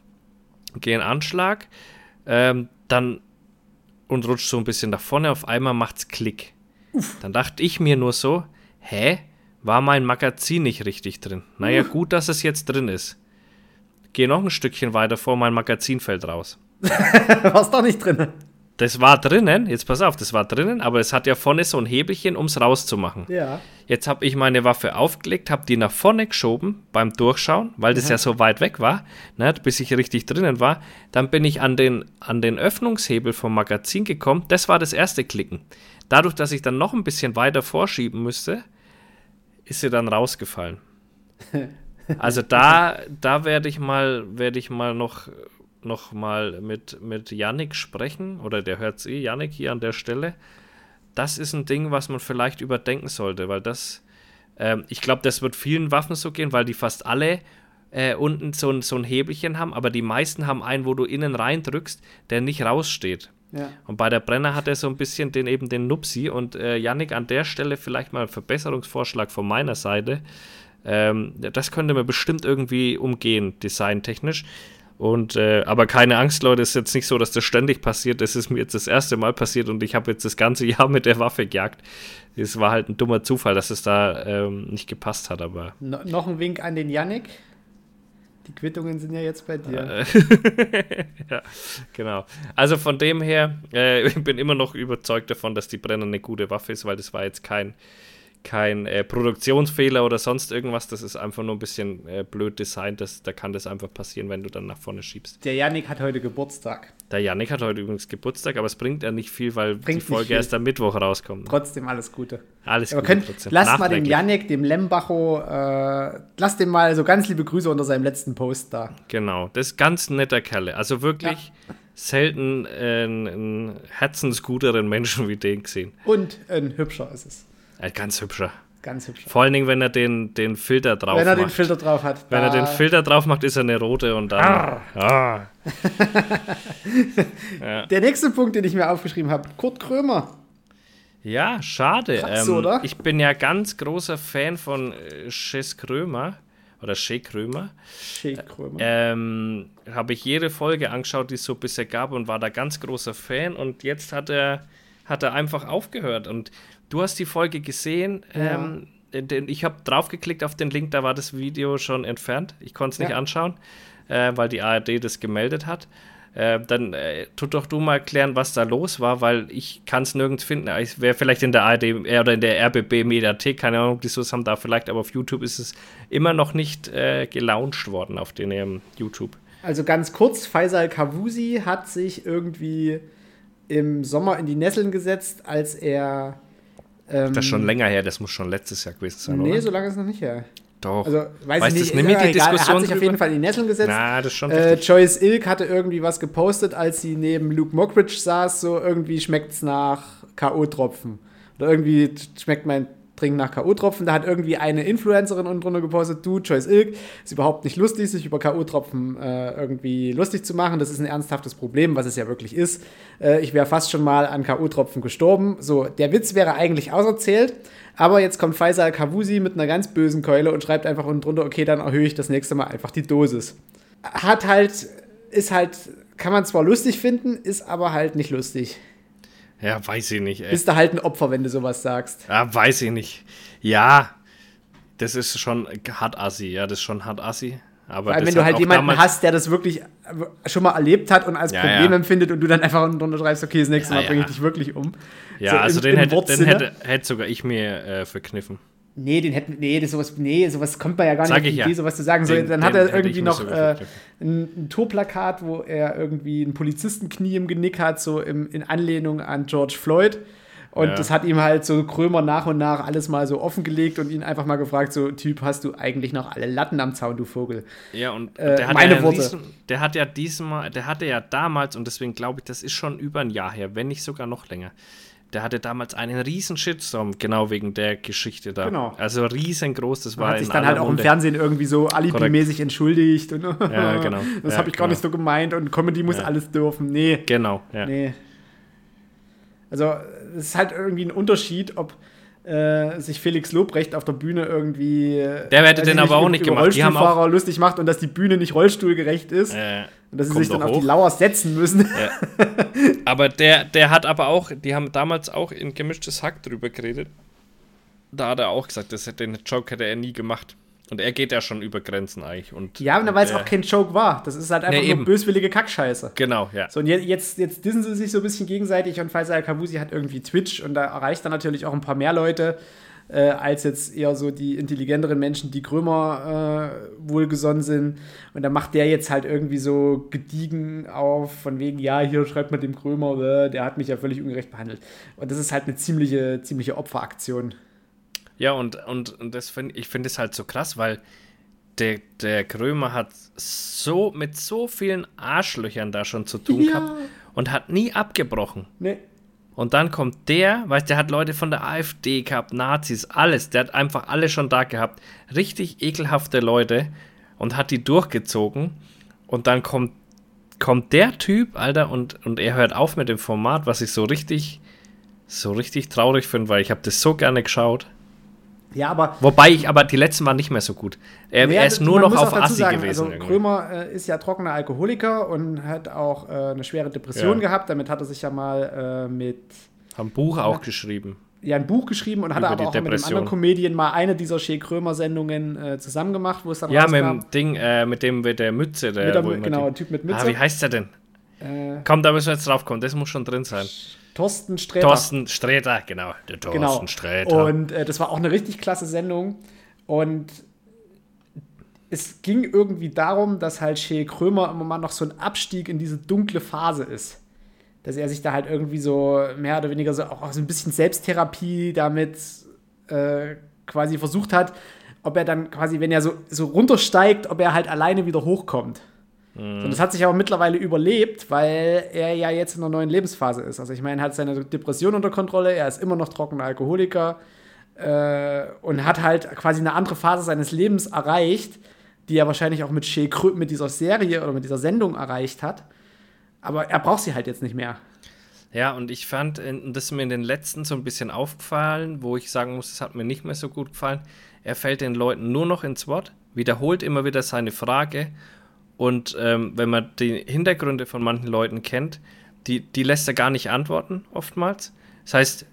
[SPEAKER 4] Dann und rutscht so ein bisschen nach vorne, auf einmal macht's Klick. Dann dachte ich mir nur so, war mein Magazin nicht richtig drin? Naja, gut, dass es jetzt drin ist. Geh noch ein Stückchen weiter vor, mein Magazin fällt raus.
[SPEAKER 5] War's doch nicht drin.
[SPEAKER 4] Das war drinnen, jetzt pass auf, das war drinnen, aber es hat ja vorne so ein Hebelchen, um es rauszumachen.
[SPEAKER 5] Ja.
[SPEAKER 4] Jetzt habe ich meine Waffe aufgelegt, habe die nach vorne geschoben beim Durchschauen, weil das ja so weit weg war, ne, bis ich richtig drinnen war. Dann bin ich an den Öffnungshebel vom Magazin gekommen. Das war das erste Klicken. Dadurch, dass ich dann noch ein bisschen weiter vorschieben müsste, ist sie dann rausgefallen. Also da werde ich mal noch mal mit Yannick sprechen, oder der hört es Yannick hier an der Stelle. Das ist ein Ding, was man vielleicht überdenken sollte, weil ich glaube, das wird vielen Waffen so gehen, weil die fast alle unten so ein Hebelchen haben, aber die meisten haben einen, wo du innen reindrückst, der nicht raussteht.
[SPEAKER 5] Ja.
[SPEAKER 4] Und bei der Brenner hat er so ein bisschen den Nupsi und Yannick, an der Stelle vielleicht mal ein Verbesserungsvorschlag von meiner Seite. Das könnte man bestimmt irgendwie umgehen, designtechnisch. Aber keine Angst, Leute, es ist jetzt nicht so, dass das ständig passiert. Das ist mir jetzt das erste Mal passiert und ich habe jetzt das ganze Jahr mit der Waffe gejagt. Es war halt ein dummer Zufall, dass es da nicht gepasst hat, aber...
[SPEAKER 5] Noch ein Wink an den Yannick. Die Quittungen sind ja jetzt bei dir.
[SPEAKER 4] Ja, genau. Also von dem her, ich bin immer noch überzeugt davon, dass die Brenner eine gute Waffe ist, weil das war jetzt kein Produktionsfehler oder sonst irgendwas, das ist einfach nur ein bisschen blöd designt, da kann das einfach passieren, wenn du dann nach vorne schiebst.
[SPEAKER 5] Der Yannick hat heute Geburtstag.
[SPEAKER 4] Der Yannick hat heute übrigens Geburtstag, aber es bringt ja nicht viel, weil die Folge erst am Mittwoch rauskommt.
[SPEAKER 5] Trotzdem alles Gute.
[SPEAKER 4] Alles Gute trotzdem.
[SPEAKER 5] Lasst mal dem Yannick, dem Lembacho, lasst dem mal so ganz liebe Grüße unter seinem letzten Post da.
[SPEAKER 4] Genau, das ist ganz netter Kerle. Also wirklich selten einen herzensguteren Menschen wie den gesehen.
[SPEAKER 5] Und ein hübscher ist es.
[SPEAKER 4] Ganz hübscher.
[SPEAKER 5] Ganz hübscher.
[SPEAKER 4] Vor allen Dingen, wenn er den Filter drauf macht.
[SPEAKER 5] Wenn er den Filter drauf hat.
[SPEAKER 4] Wenn er den Filter drauf macht, ist er eine rote und dann... Ja.
[SPEAKER 5] Der nächste Punkt, den ich mir aufgeschrieben habe, Kurt Krömer.
[SPEAKER 4] Ja, schade.
[SPEAKER 5] Krass, oder?
[SPEAKER 4] Ich bin ja ganz großer Fan von Shea Krömer. Oder Shea Krömer.
[SPEAKER 5] Shea Krömer.
[SPEAKER 4] Habe ich jede Folge angeschaut, die es so bisher gab und war da ganz großer Fan. Und jetzt hat er einfach aufgehört. Und du hast die Folge gesehen.
[SPEAKER 5] Ja.
[SPEAKER 4] Ich habe draufgeklickt auf den Link, da war das Video schon entfernt. Ich konnte es nicht anschauen, weil die ARD das gemeldet hat. Dann tut doch du mal erklären, was da los war, weil ich kann es nirgends finden. Ich wäre vielleicht in der ARD oder in der RBB-Mediathek, keine Ahnung, ob die sowas haben da vielleicht, aber auf YouTube ist es immer noch nicht gelauncht worden auf den YouTube.
[SPEAKER 5] Also ganz kurz, Faisal Kavusi hat sich irgendwie im Sommer in die Nesseln gesetzt, als er...
[SPEAKER 4] das ist schon länger her, das muss schon letztes Jahr gewesen sein, oder?
[SPEAKER 5] Nee, so lange ist es noch nicht her.
[SPEAKER 4] Doch.
[SPEAKER 5] Also, weiß ich nicht,
[SPEAKER 4] nicht die Diskussion
[SPEAKER 5] er hat sich auf jeden Fall in die Nesseln gesetzt.
[SPEAKER 4] Na, das ist schon richtig.
[SPEAKER 5] Joyce Ilk hatte irgendwie was gepostet, als sie neben Luke Mockridge saß, so irgendwie schmeckt's nach K.O.-Tropfen. Oder irgendwie schmeckt mein Trinken nach K.O.-Tropfen. Da hat irgendwie eine Influencerin unten drunter gepostet, du, Joyce Ilk, ist überhaupt nicht lustig, sich über K.O.-Tropfen irgendwie lustig zu machen. Das ist ein ernsthaftes Problem, was es ja wirklich ist. Ich wäre fast schon mal an K.O.-Tropfen gestorben. So, der Witz wäre eigentlich auserzählt, aber jetzt kommt Faisal Kavusi mit einer ganz bösen Keule und schreibt einfach unten drunter, okay, dann erhöhe ich das nächste Mal einfach die Dosis. Kann man zwar lustig finden, ist aber halt nicht lustig.
[SPEAKER 4] Ja, weiß ich nicht, ey.
[SPEAKER 5] Bist du halt ein Opfer, wenn du sowas sagst.
[SPEAKER 4] Ja, weiß ich nicht. Ja, das ist schon hart assi. Ja, das ist schon hart assi. Aber
[SPEAKER 5] vor allem, wenn du halt jemanden hast, der das wirklich schon mal erlebt hat und als Problem empfindet und du dann einfach unterschreibst, okay, das nächste Mal bringe ich dich wirklich um.
[SPEAKER 4] Ja, so also den hätte sogar ich mir verkniffen.
[SPEAKER 5] Sowas kommt man ja gar nicht auf die Idee, sowas zu sagen. Dann hat er irgendwie noch ein Torplakat, wo er irgendwie ein Polizistenknie im Genick hat, so in Anlehnung an George Floyd. Und das hat ihm halt so Krömer nach und nach alles mal so offengelegt und ihn einfach mal gefragt, so, Typ, hast du eigentlich noch alle Latten am Zaun, du Vogel?
[SPEAKER 4] Ja, und der hatte ja damals, und deswegen glaube ich, das ist schon über ein Jahr her, wenn nicht sogar noch länger, der hatte damals einen riesen Shitstorm, genau wegen der Geschichte da. Genau. Also riesengroß, das war.
[SPEAKER 5] Hat sich dann halt auch im Fernsehen irgendwie so alibimäßig entschuldigt. Und
[SPEAKER 4] ja, genau.
[SPEAKER 5] Das habe ich gar nicht so gemeint und Comedy muss alles dürfen. Nee.
[SPEAKER 4] Genau, ja.
[SPEAKER 5] Nee. Also, es ist halt irgendwie ein Unterschied, ob sich Felix Lobrecht auf der Bühne irgendwie
[SPEAKER 4] der hätte den aber auch nicht gemacht.
[SPEAKER 5] Rollstuhlfahrer lustig macht und dass die Bühne nicht rollstuhlgerecht ist und dass sie sich dann auf die Lauer setzen müssen.
[SPEAKER 4] Ja. Aber der hat aber auch, die haben damals auch in Gemischtes Hack drüber geredet. Da hat er auch gesagt, den Joke hätte er nie gemacht. Und er geht ja schon über Grenzen eigentlich.
[SPEAKER 5] Weil es auch kein Joke war. Das ist halt einfach nur böswillige Kackscheiße.
[SPEAKER 4] Genau, ja.
[SPEAKER 5] So, und jetzt dissen sie sich so ein bisschen gegenseitig und Faisal Kavusi hat irgendwie Twitch und da erreicht er natürlich auch ein paar mehr Leute als jetzt eher so die intelligenteren Menschen, die Krömer wohlgesonnen sind. Und da macht der jetzt halt irgendwie so gediegen auf, von wegen, ja, hier schreibt man dem Krömer, der hat mich ja völlig ungerecht behandelt. Und das ist halt eine ziemliche Opferaktion.
[SPEAKER 4] Ja, und ich finde es halt so krass, weil der Krömer hat mit so vielen Arschlöchern da schon zu tun gehabt und hat nie abgebrochen.
[SPEAKER 5] Nee.
[SPEAKER 4] Und dann kommt der hat Leute von der AfD gehabt, Nazis, alles. Der hat einfach alle schon da gehabt. Richtig ekelhafte Leute und hat die durchgezogen. Und dann kommt der Typ, Alter, und er hört auf mit dem Format, was ich so richtig traurig finde, weil ich habe das so gerne geschaut.
[SPEAKER 5] Ja, aber...
[SPEAKER 4] Wobei die letzten waren nicht mehr so gut. Er ist nur noch auf Assi gewesen.
[SPEAKER 5] Also Krömer ist ja trockener Alkoholiker und hat auch eine schwere Depression gehabt. Damit hat er sich ja mal
[SPEAKER 4] ein Buch auch geschrieben.
[SPEAKER 5] Ja, ein Buch geschrieben und hat aber auch mit einem anderen Comedian mal eine dieser Shea Krömer-Sendungen zusammen gemacht, wo es dann rauskam.
[SPEAKER 4] Mit dem mit der Mütze.
[SPEAKER 5] Typ mit Mütze.
[SPEAKER 4] Wie heißt der denn? Komm, da müssen wir jetzt drauf kommen. Das muss schon drin sein.
[SPEAKER 5] Thorsten Sträter.
[SPEAKER 4] Genau. Der Thorsten Sträter.
[SPEAKER 5] Und das war auch eine richtig klasse Sendung. Und es ging irgendwie darum, dass halt Shea Krömer immer mal noch so ein Abstieg in diese dunkle Phase ist. Dass er sich da halt irgendwie so mehr oder weniger so auch so ein bisschen Selbsttherapie damit quasi versucht hat, ob er dann quasi, wenn er so runtersteigt, ob er halt alleine wieder hochkommt. Und das hat sich aber mittlerweile überlebt, weil er ja jetzt in einer neuen Lebensphase ist. Also ich meine, er hat seine Depression unter Kontrolle, er ist immer noch trockener Alkoholiker und hat halt quasi eine andere Phase seines Lebens erreicht, die er wahrscheinlich auch mit dieser Serie oder mit dieser Sendung erreicht hat. Aber er braucht sie halt jetzt nicht mehr.
[SPEAKER 4] Ja, und ich fand, das ist mir in den letzten so ein bisschen aufgefallen, wo ich sagen muss, das hat mir nicht mehr so gut gefallen. Er fällt den Leuten nur noch ins Wort, wiederholt immer wieder seine Frage. Und wenn man die Hintergründe von manchen Leuten kennt, die lässt er gar nicht antworten, oftmals. Das heißt,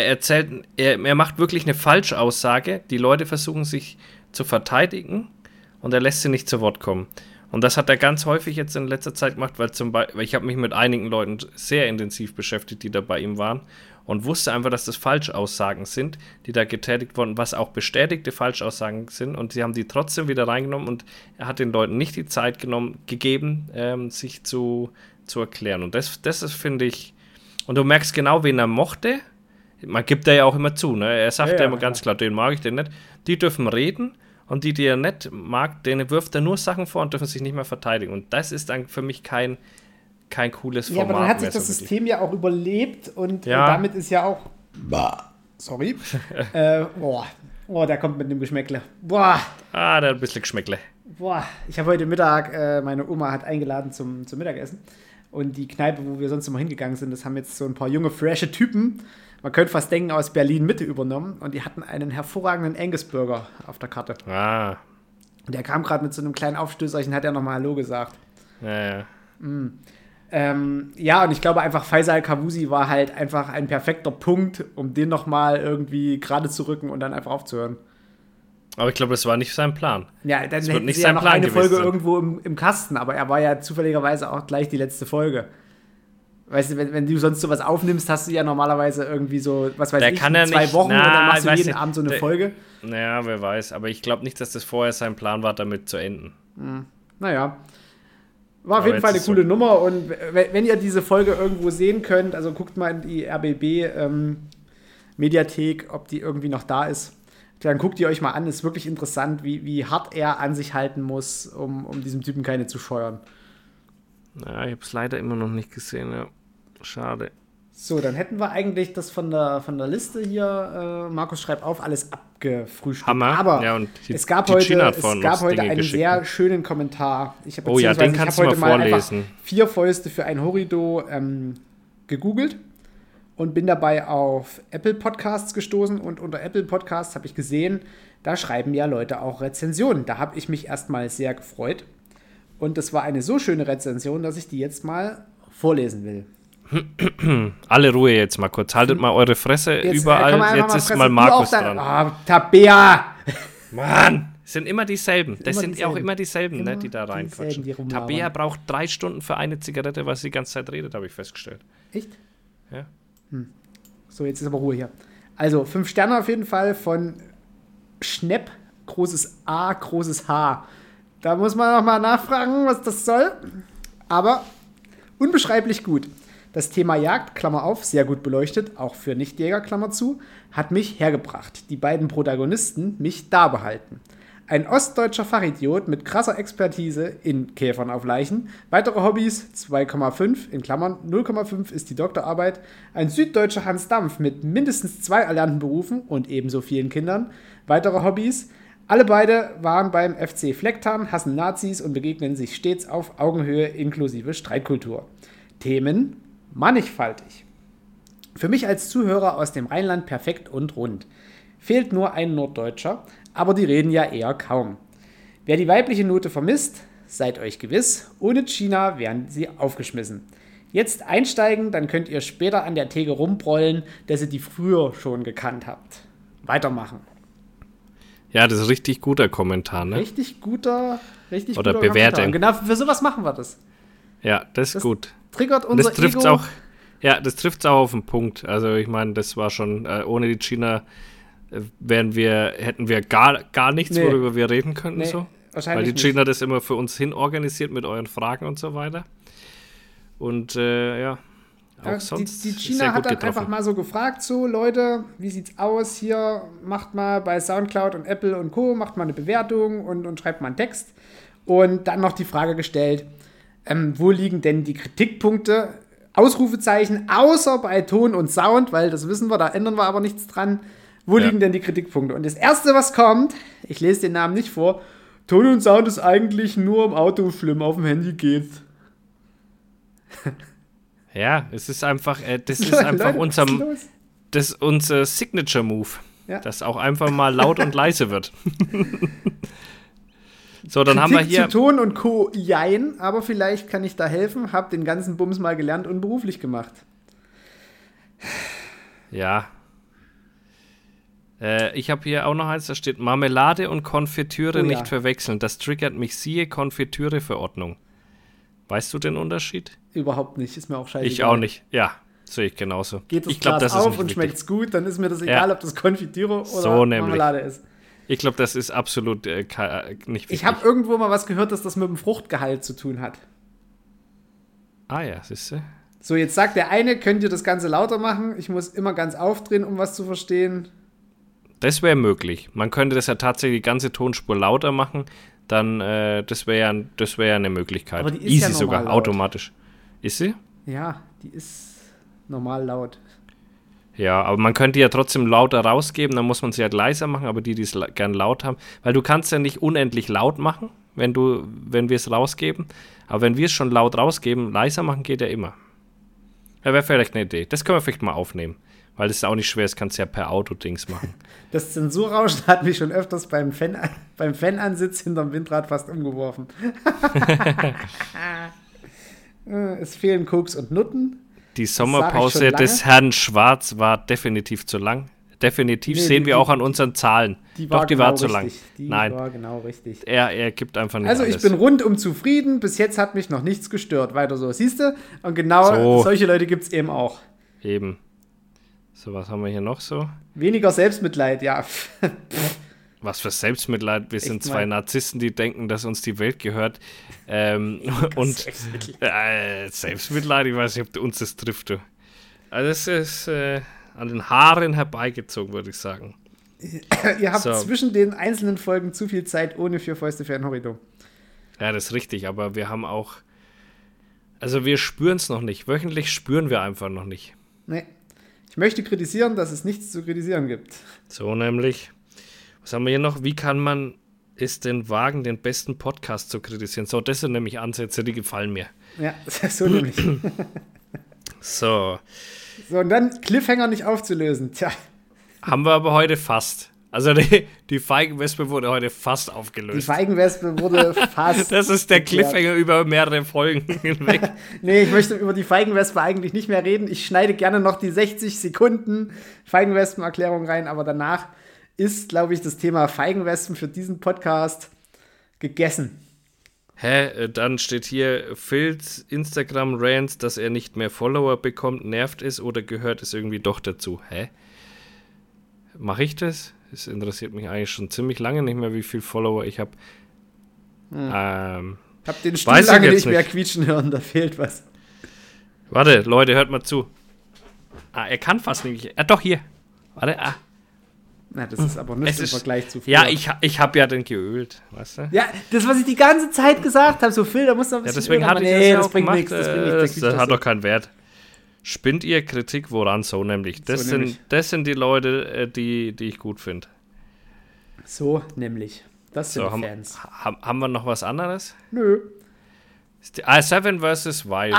[SPEAKER 4] er macht wirklich eine Falschaussage, die Leute versuchen sich zu verteidigen und er lässt sie nicht zu Wort kommen. Und das hat er ganz häufig jetzt in letzter Zeit gemacht, weil ich habe mich mit einigen Leuten sehr intensiv beschäftigt, die da bei ihm waren und wusste einfach, dass das Falschaussagen sind, die da getätigt wurden, was auch bestätigte Falschaussagen sind und sie haben die trotzdem wieder reingenommen und er hat den Leuten nicht die Zeit gegeben, sich zu erklären. Und das ist, finde ich, und du merkst genau, wen er mochte. Man gibt ja auch immer zu, ne? Er sagt ja immer ganz klar, den mag ich, den nicht. Die dürfen reden. Und die er nicht mag, denen wirft er nur Sachen vor und dürfen sich nicht mehr verteidigen. Und das ist dann für mich kein cooles Format.
[SPEAKER 5] Ja, aber dann hat sich das System ja auch überlebt und damit ist ja auch... Sorry. Der kommt mit einem Geschmäckle. Boah.
[SPEAKER 4] Der hat ein bisschen Geschmäckle.
[SPEAKER 5] Boah. Ich habe heute Mittag, meine Oma hat eingeladen zum Mittagessen. Und die Kneipe, wo wir sonst immer hingegangen sind, das haben jetzt so ein paar junge, frische Typen, man könnte fast denken, aus Berlin-Mitte übernommen. Und die hatten einen hervorragenden Angus-Burger auf der Karte. Und der kam gerade mit so einem kleinen Aufstößerchen, hat ja nochmal Hallo gesagt.
[SPEAKER 4] Ja.
[SPEAKER 5] Und ich glaube einfach, Faisal Kavusi war halt einfach ein perfekter Punkt, um den nochmal irgendwie gerade zu rücken und dann einfach aufzuhören.
[SPEAKER 4] Aber ich glaube, das war nicht sein Plan.
[SPEAKER 5] Ja, dann
[SPEAKER 4] das
[SPEAKER 5] hätten
[SPEAKER 4] nicht
[SPEAKER 5] sie ja noch
[SPEAKER 4] Plan
[SPEAKER 5] eine Folge
[SPEAKER 4] sein.
[SPEAKER 5] irgendwo im Kasten, aber er war ja zufälligerweise auch gleich die letzte Folge. Weißt du, wenn du sonst sowas aufnimmst, hast du ja normalerweise irgendwie so, was weiß ich, 2 Wochen und dann machst du jeden Abend so eine Folge.
[SPEAKER 4] Naja, wer weiß. Aber ich glaube nicht, dass das vorher sein Plan war, damit zu enden.
[SPEAKER 5] Naja. War auf jeden Fall eine coole Nummer und wenn ihr diese Folge irgendwo sehen könnt, also guckt mal in die RBB-Mediathek, ob die irgendwie noch da ist. Dann guckt ihr euch mal an, ist wirklich interessant, wie hart er an sich halten muss, um diesem Typen keine zu scheuern.
[SPEAKER 4] Ja, ich habe es leider immer noch nicht gesehen, ja. Schade.
[SPEAKER 5] So, dann hätten wir eigentlich das von der Liste hier, Markus schreibt auf, alles abgefrühstückt.
[SPEAKER 4] Hammer.
[SPEAKER 5] Aber
[SPEAKER 4] ja, und
[SPEAKER 5] es gab heute einen sehr schönen Kommentar.
[SPEAKER 4] Den kannst du mal vorlesen.
[SPEAKER 5] 4 Fäuste für ein Horrido gegoogelt und bin dabei auf Apple Podcasts gestoßen und unter Apple Podcasts habe ich gesehen, da schreiben ja Leute auch Rezensionen. Da habe ich mich erstmal sehr gefreut und das war eine so schöne Rezension, dass ich die jetzt mal vorlesen will.
[SPEAKER 4] Alle Ruhe jetzt mal kurz. Haltet mal eure Fresse jetzt, überall. Jetzt ist mal Markus dran.
[SPEAKER 5] Oh, Tabea!
[SPEAKER 4] Mann, es sind immer dieselben. Das sind auch immer dieselben, ne, die da reinquatschen. Tabea braucht 3 Stunden für eine Zigarette, weil sie die ganze Zeit redet, habe ich festgestellt.
[SPEAKER 5] Echt?
[SPEAKER 4] Ja.
[SPEAKER 5] So, jetzt ist aber Ruhe hier. Also, 5 Sterne auf jeden Fall von Schnepp, großes A, großes H. Da muss man noch mal nachfragen, was das soll. Aber unbeschreiblich gut. Das Thema Jagd, Klammer auf, sehr gut beleuchtet, auch für Nichtjäger, Klammer zu, hat mich hergebracht. Die beiden Protagonisten mich da behalten. Ein ostdeutscher Fachidiot mit krasser Expertise in Käfern auf Leichen. Weitere Hobbys 2,5, in Klammern 0,5 ist die Doktorarbeit. Ein süddeutscher Hans Dampf mit mindestens 2 erlernten Berufen und ebenso vielen Kindern. Weitere Hobbys. Alle beide waren beim FC Flecktarn, hassen Nazis und begegnen sich stets auf Augenhöhe inklusive Streitkultur. Themen mannigfaltig. Für mich als Zuhörer aus dem Rheinland perfekt und rund. Fehlt nur ein Norddeutscher, aber die reden ja eher kaum. Wer die weibliche Note vermisst, seid euch gewiss, ohne China wären sie aufgeschmissen. Jetzt einsteigen, dann könnt ihr später an der Theke rumbrollen, dass ihr die früher schon gekannt habt. Weitermachen.
[SPEAKER 4] Ja, das ist richtig guter Kommentar, ne?
[SPEAKER 5] Richtig guter
[SPEAKER 4] Bewertung.
[SPEAKER 5] Genau, für sowas machen wir das.
[SPEAKER 4] Ja, das ist gut.
[SPEAKER 5] Triggert unser Ego.
[SPEAKER 4] Auch, ja, das trifft es auch auf den Punkt. Also ich meine, das war schon, ohne die China hätten wir gar nichts, worüber wir reden könnten. So. Weil die China das immer für uns hinorganisiert mit euren Fragen und so weiter. Und auch sonst
[SPEAKER 5] die China hat dann einfach mal so gefragt, so Leute, wie sieht's aus hier, macht mal bei Soundcloud und Apple und Co., macht mal eine Bewertung und schreibt mal einen Text. Und dann noch die Frage gestellt, wo liegen denn die Kritikpunkte? Ausrufezeichen, außer bei Ton und Sound, weil das wissen wir, da ändern wir aber nichts dran. Wo liegen denn die Kritikpunkte? Und das Erste, was kommt, ich lese den Namen nicht vor, Ton und Sound ist eigentlich nur im Auto schlimm, auf dem Handy geht's.
[SPEAKER 4] Ja, es ist einfach, das ist einfach unser Signature-Move, dass auch einfach mal laut und leise wird. So, dann haben wir hier
[SPEAKER 5] zu Ton und Co. Jein, aber vielleicht kann ich da helfen. Hab den ganzen Bums mal gelernt und beruflich gemacht.
[SPEAKER 4] Ja. Ich habe hier auch noch eins, da steht Marmelade und Konfitüre nicht verwechseln. Das triggert mich, siehe Konfitüre-Verordnung. Weißt du den Unterschied?
[SPEAKER 5] Überhaupt nicht, ist mir auch scheißegal.
[SPEAKER 4] Ich auch nicht, ja, sehe ich genauso.
[SPEAKER 5] Geht das Glas auf und schmeckt's gut, dann ist mir das egal, ob das Konfitüre oder Marmelade ist.
[SPEAKER 4] Ich glaube, das ist absolut nicht wichtig.
[SPEAKER 5] Ich habe irgendwo mal was gehört, dass das mit dem Fruchtgehalt zu tun hat.
[SPEAKER 4] Ah ja, siehst du?
[SPEAKER 5] So, jetzt sagt der eine, könnt ihr das Ganze lauter machen? Ich muss immer ganz aufdrehen, um was zu verstehen.
[SPEAKER 4] Das wäre möglich. Man könnte das ja tatsächlich die ganze Tonspur lauter machen. Dann, das wäre ja eine Möglichkeit.
[SPEAKER 5] Aber die ist
[SPEAKER 4] easy
[SPEAKER 5] ja
[SPEAKER 4] sogar,
[SPEAKER 5] laut.
[SPEAKER 4] automatisch. Ist sie?
[SPEAKER 5] Ja, die ist normal laut.
[SPEAKER 4] Ja, aber man könnte ja trotzdem lauter rausgeben, dann muss man sie halt leiser machen, aber die es gern laut haben, weil du kannst ja nicht unendlich laut machen, wenn wir es rausgeben, aber wenn wir es schon laut rausgeben, leiser machen geht ja immer. Ja, wäre vielleicht eine Idee. Das können wir vielleicht mal aufnehmen, weil das ist auch nicht schwer, das kannst du ja per Auto-Dings machen.
[SPEAKER 5] Das Zensurrauschen hat mich schon öfters beim Fanansitz hinterm Windrad fast umgeworfen. Es fehlen Koks und Nutten.
[SPEAKER 4] Die Sommerpause des Herrn Schwarz war definitiv zu lang. definitiv. Sehen wir auch an unseren Zahlen.
[SPEAKER 5] Die war zu lang.
[SPEAKER 4] Nein.
[SPEAKER 5] War genau richtig.
[SPEAKER 4] Er gibt einfach nicht
[SPEAKER 5] Also
[SPEAKER 4] alles.
[SPEAKER 5] Ich bin rundum zufrieden. Bis jetzt hat mich noch nichts gestört. Weiter so. Siehst du? Und genau solche Leute gibt es eben auch.
[SPEAKER 4] Eben. So, was haben wir hier noch so?
[SPEAKER 5] Weniger Selbstmitleid, ja.
[SPEAKER 4] Was für Selbstmitleid. Wir sind zwei Narzissten, die denken, dass uns die Welt gehört. Und Selbstmitleid, ich weiß nicht, ob uns das trifft. Du. Also es ist an den Haaren herbeigezogen, würde ich sagen.
[SPEAKER 5] Ihr habt zwischen den einzelnen Folgen zu viel Zeit ohne 4 Fäuste für ein Horridor.
[SPEAKER 4] Ja, das ist richtig, aber wir haben auch, also wir spüren es noch nicht. Wöchentlich spüren wir einfach noch nicht.
[SPEAKER 5] Nee. Ich möchte kritisieren, dass es nichts zu kritisieren gibt.
[SPEAKER 4] So nämlich. Was haben wir hier noch? Wie kann man es denn wagen, den besten Podcast zu kritisieren? So, das sind nämlich Ansätze, die gefallen mir.
[SPEAKER 5] Ja, so nämlich.
[SPEAKER 4] So, und
[SPEAKER 5] dann Cliffhanger nicht aufzulösen. Tja.
[SPEAKER 4] Haben wir aber heute fast. Also die Feigenwespe wurde heute fast aufgelöst.
[SPEAKER 5] Die Feigenwespe wurde fast.
[SPEAKER 4] Das ist der Cliffhanger über mehrere Folgen hinweg.
[SPEAKER 5] Nee, ich möchte über die Feigenwespe eigentlich nicht mehr reden. Ich schneide gerne noch die 60 Sekunden Feigenwespen-Erklärung rein, aber danach ist, glaube ich, das Thema Feigenwespen für diesen Podcast gegessen.
[SPEAKER 4] Dann steht hier Phils Instagram-Rants, dass er nicht mehr Follower bekommt, nervt es oder gehört es irgendwie doch dazu? Mache ich das? Das interessiert mich eigentlich schon ziemlich lange nicht mehr, wie viel Follower ich habe.
[SPEAKER 5] Ich habe den Stuhl lange nicht mehr quietschen hören, da fehlt was.
[SPEAKER 4] Warte, Leute, hört mal zu. Er kann fast nicht. Doch, hier. Warte,
[SPEAKER 5] Na, das ist aber nicht im Vergleich zu früher.
[SPEAKER 4] Ja, ich habe ja den geölt, weißt du?
[SPEAKER 5] Ja, das, was ich die ganze Zeit gesagt habe, so Phil, da muss noch ein bisschen
[SPEAKER 4] deswegen hatte ich das bringt
[SPEAKER 5] nichts.
[SPEAKER 4] Das hat doch keinen Wert. Spinnt ihr Kritik woran? So nämlich. Das sind die Leute, die ich gut finde.
[SPEAKER 5] So nämlich. Das sind Fans.
[SPEAKER 4] Haben wir noch was anderes?
[SPEAKER 5] Nö.
[SPEAKER 4] Seven vs. Wild.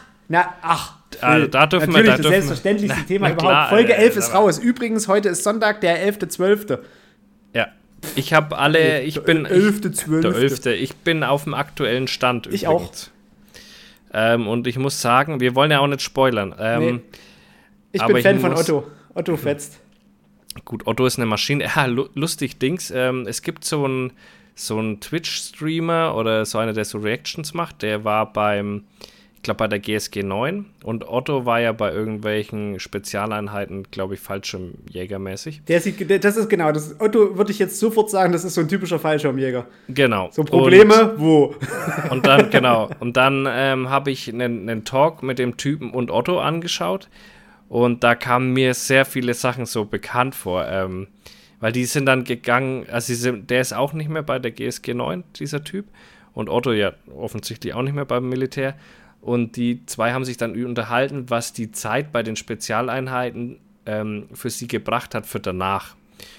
[SPEAKER 5] Da dürfen wir das selbstverständlichste Thema überhaupt. Klar, Folge 11 ist raus. Übrigens, heute ist Sonntag, der 11.12.
[SPEAKER 4] Ja. Ich habe alle, ich bin
[SPEAKER 5] 11.12.
[SPEAKER 4] Der 11. Ich bin auf dem aktuellen Stand übrigens.
[SPEAKER 5] Ich auch.
[SPEAKER 4] Und ich muss sagen, wir wollen ja auch nicht spoilern.
[SPEAKER 5] Nee. Ich bin Fan von Otto. Otto fetzt.
[SPEAKER 4] Gut, Otto ist eine Maschine. Ja, lustig Dings. Es gibt so einen Twitch-Streamer oder so einer, der so Reactions macht. Der war bei der GSG 9 und Otto war ja bei irgendwelchen Spezialeinheiten, glaube ich, Fallschirmjägermäßig.
[SPEAKER 5] Otto würde ich jetzt sofort sagen, das ist so ein typischer Fallschirmjäger.
[SPEAKER 4] Genau.
[SPEAKER 5] So Probleme, wo?
[SPEAKER 4] Und dann habe ich einen Talk mit dem Typen und Otto angeschaut und da kamen mir sehr viele Sachen so bekannt vor, weil die sind dann gegangen, der ist auch nicht mehr bei der GSG 9, dieser Typ, und Otto ja offensichtlich auch nicht mehr beim Militär. Und die zwei haben sich dann unterhalten, was die Zeit bei den Spezialeinheiten für sie gebracht hat für danach.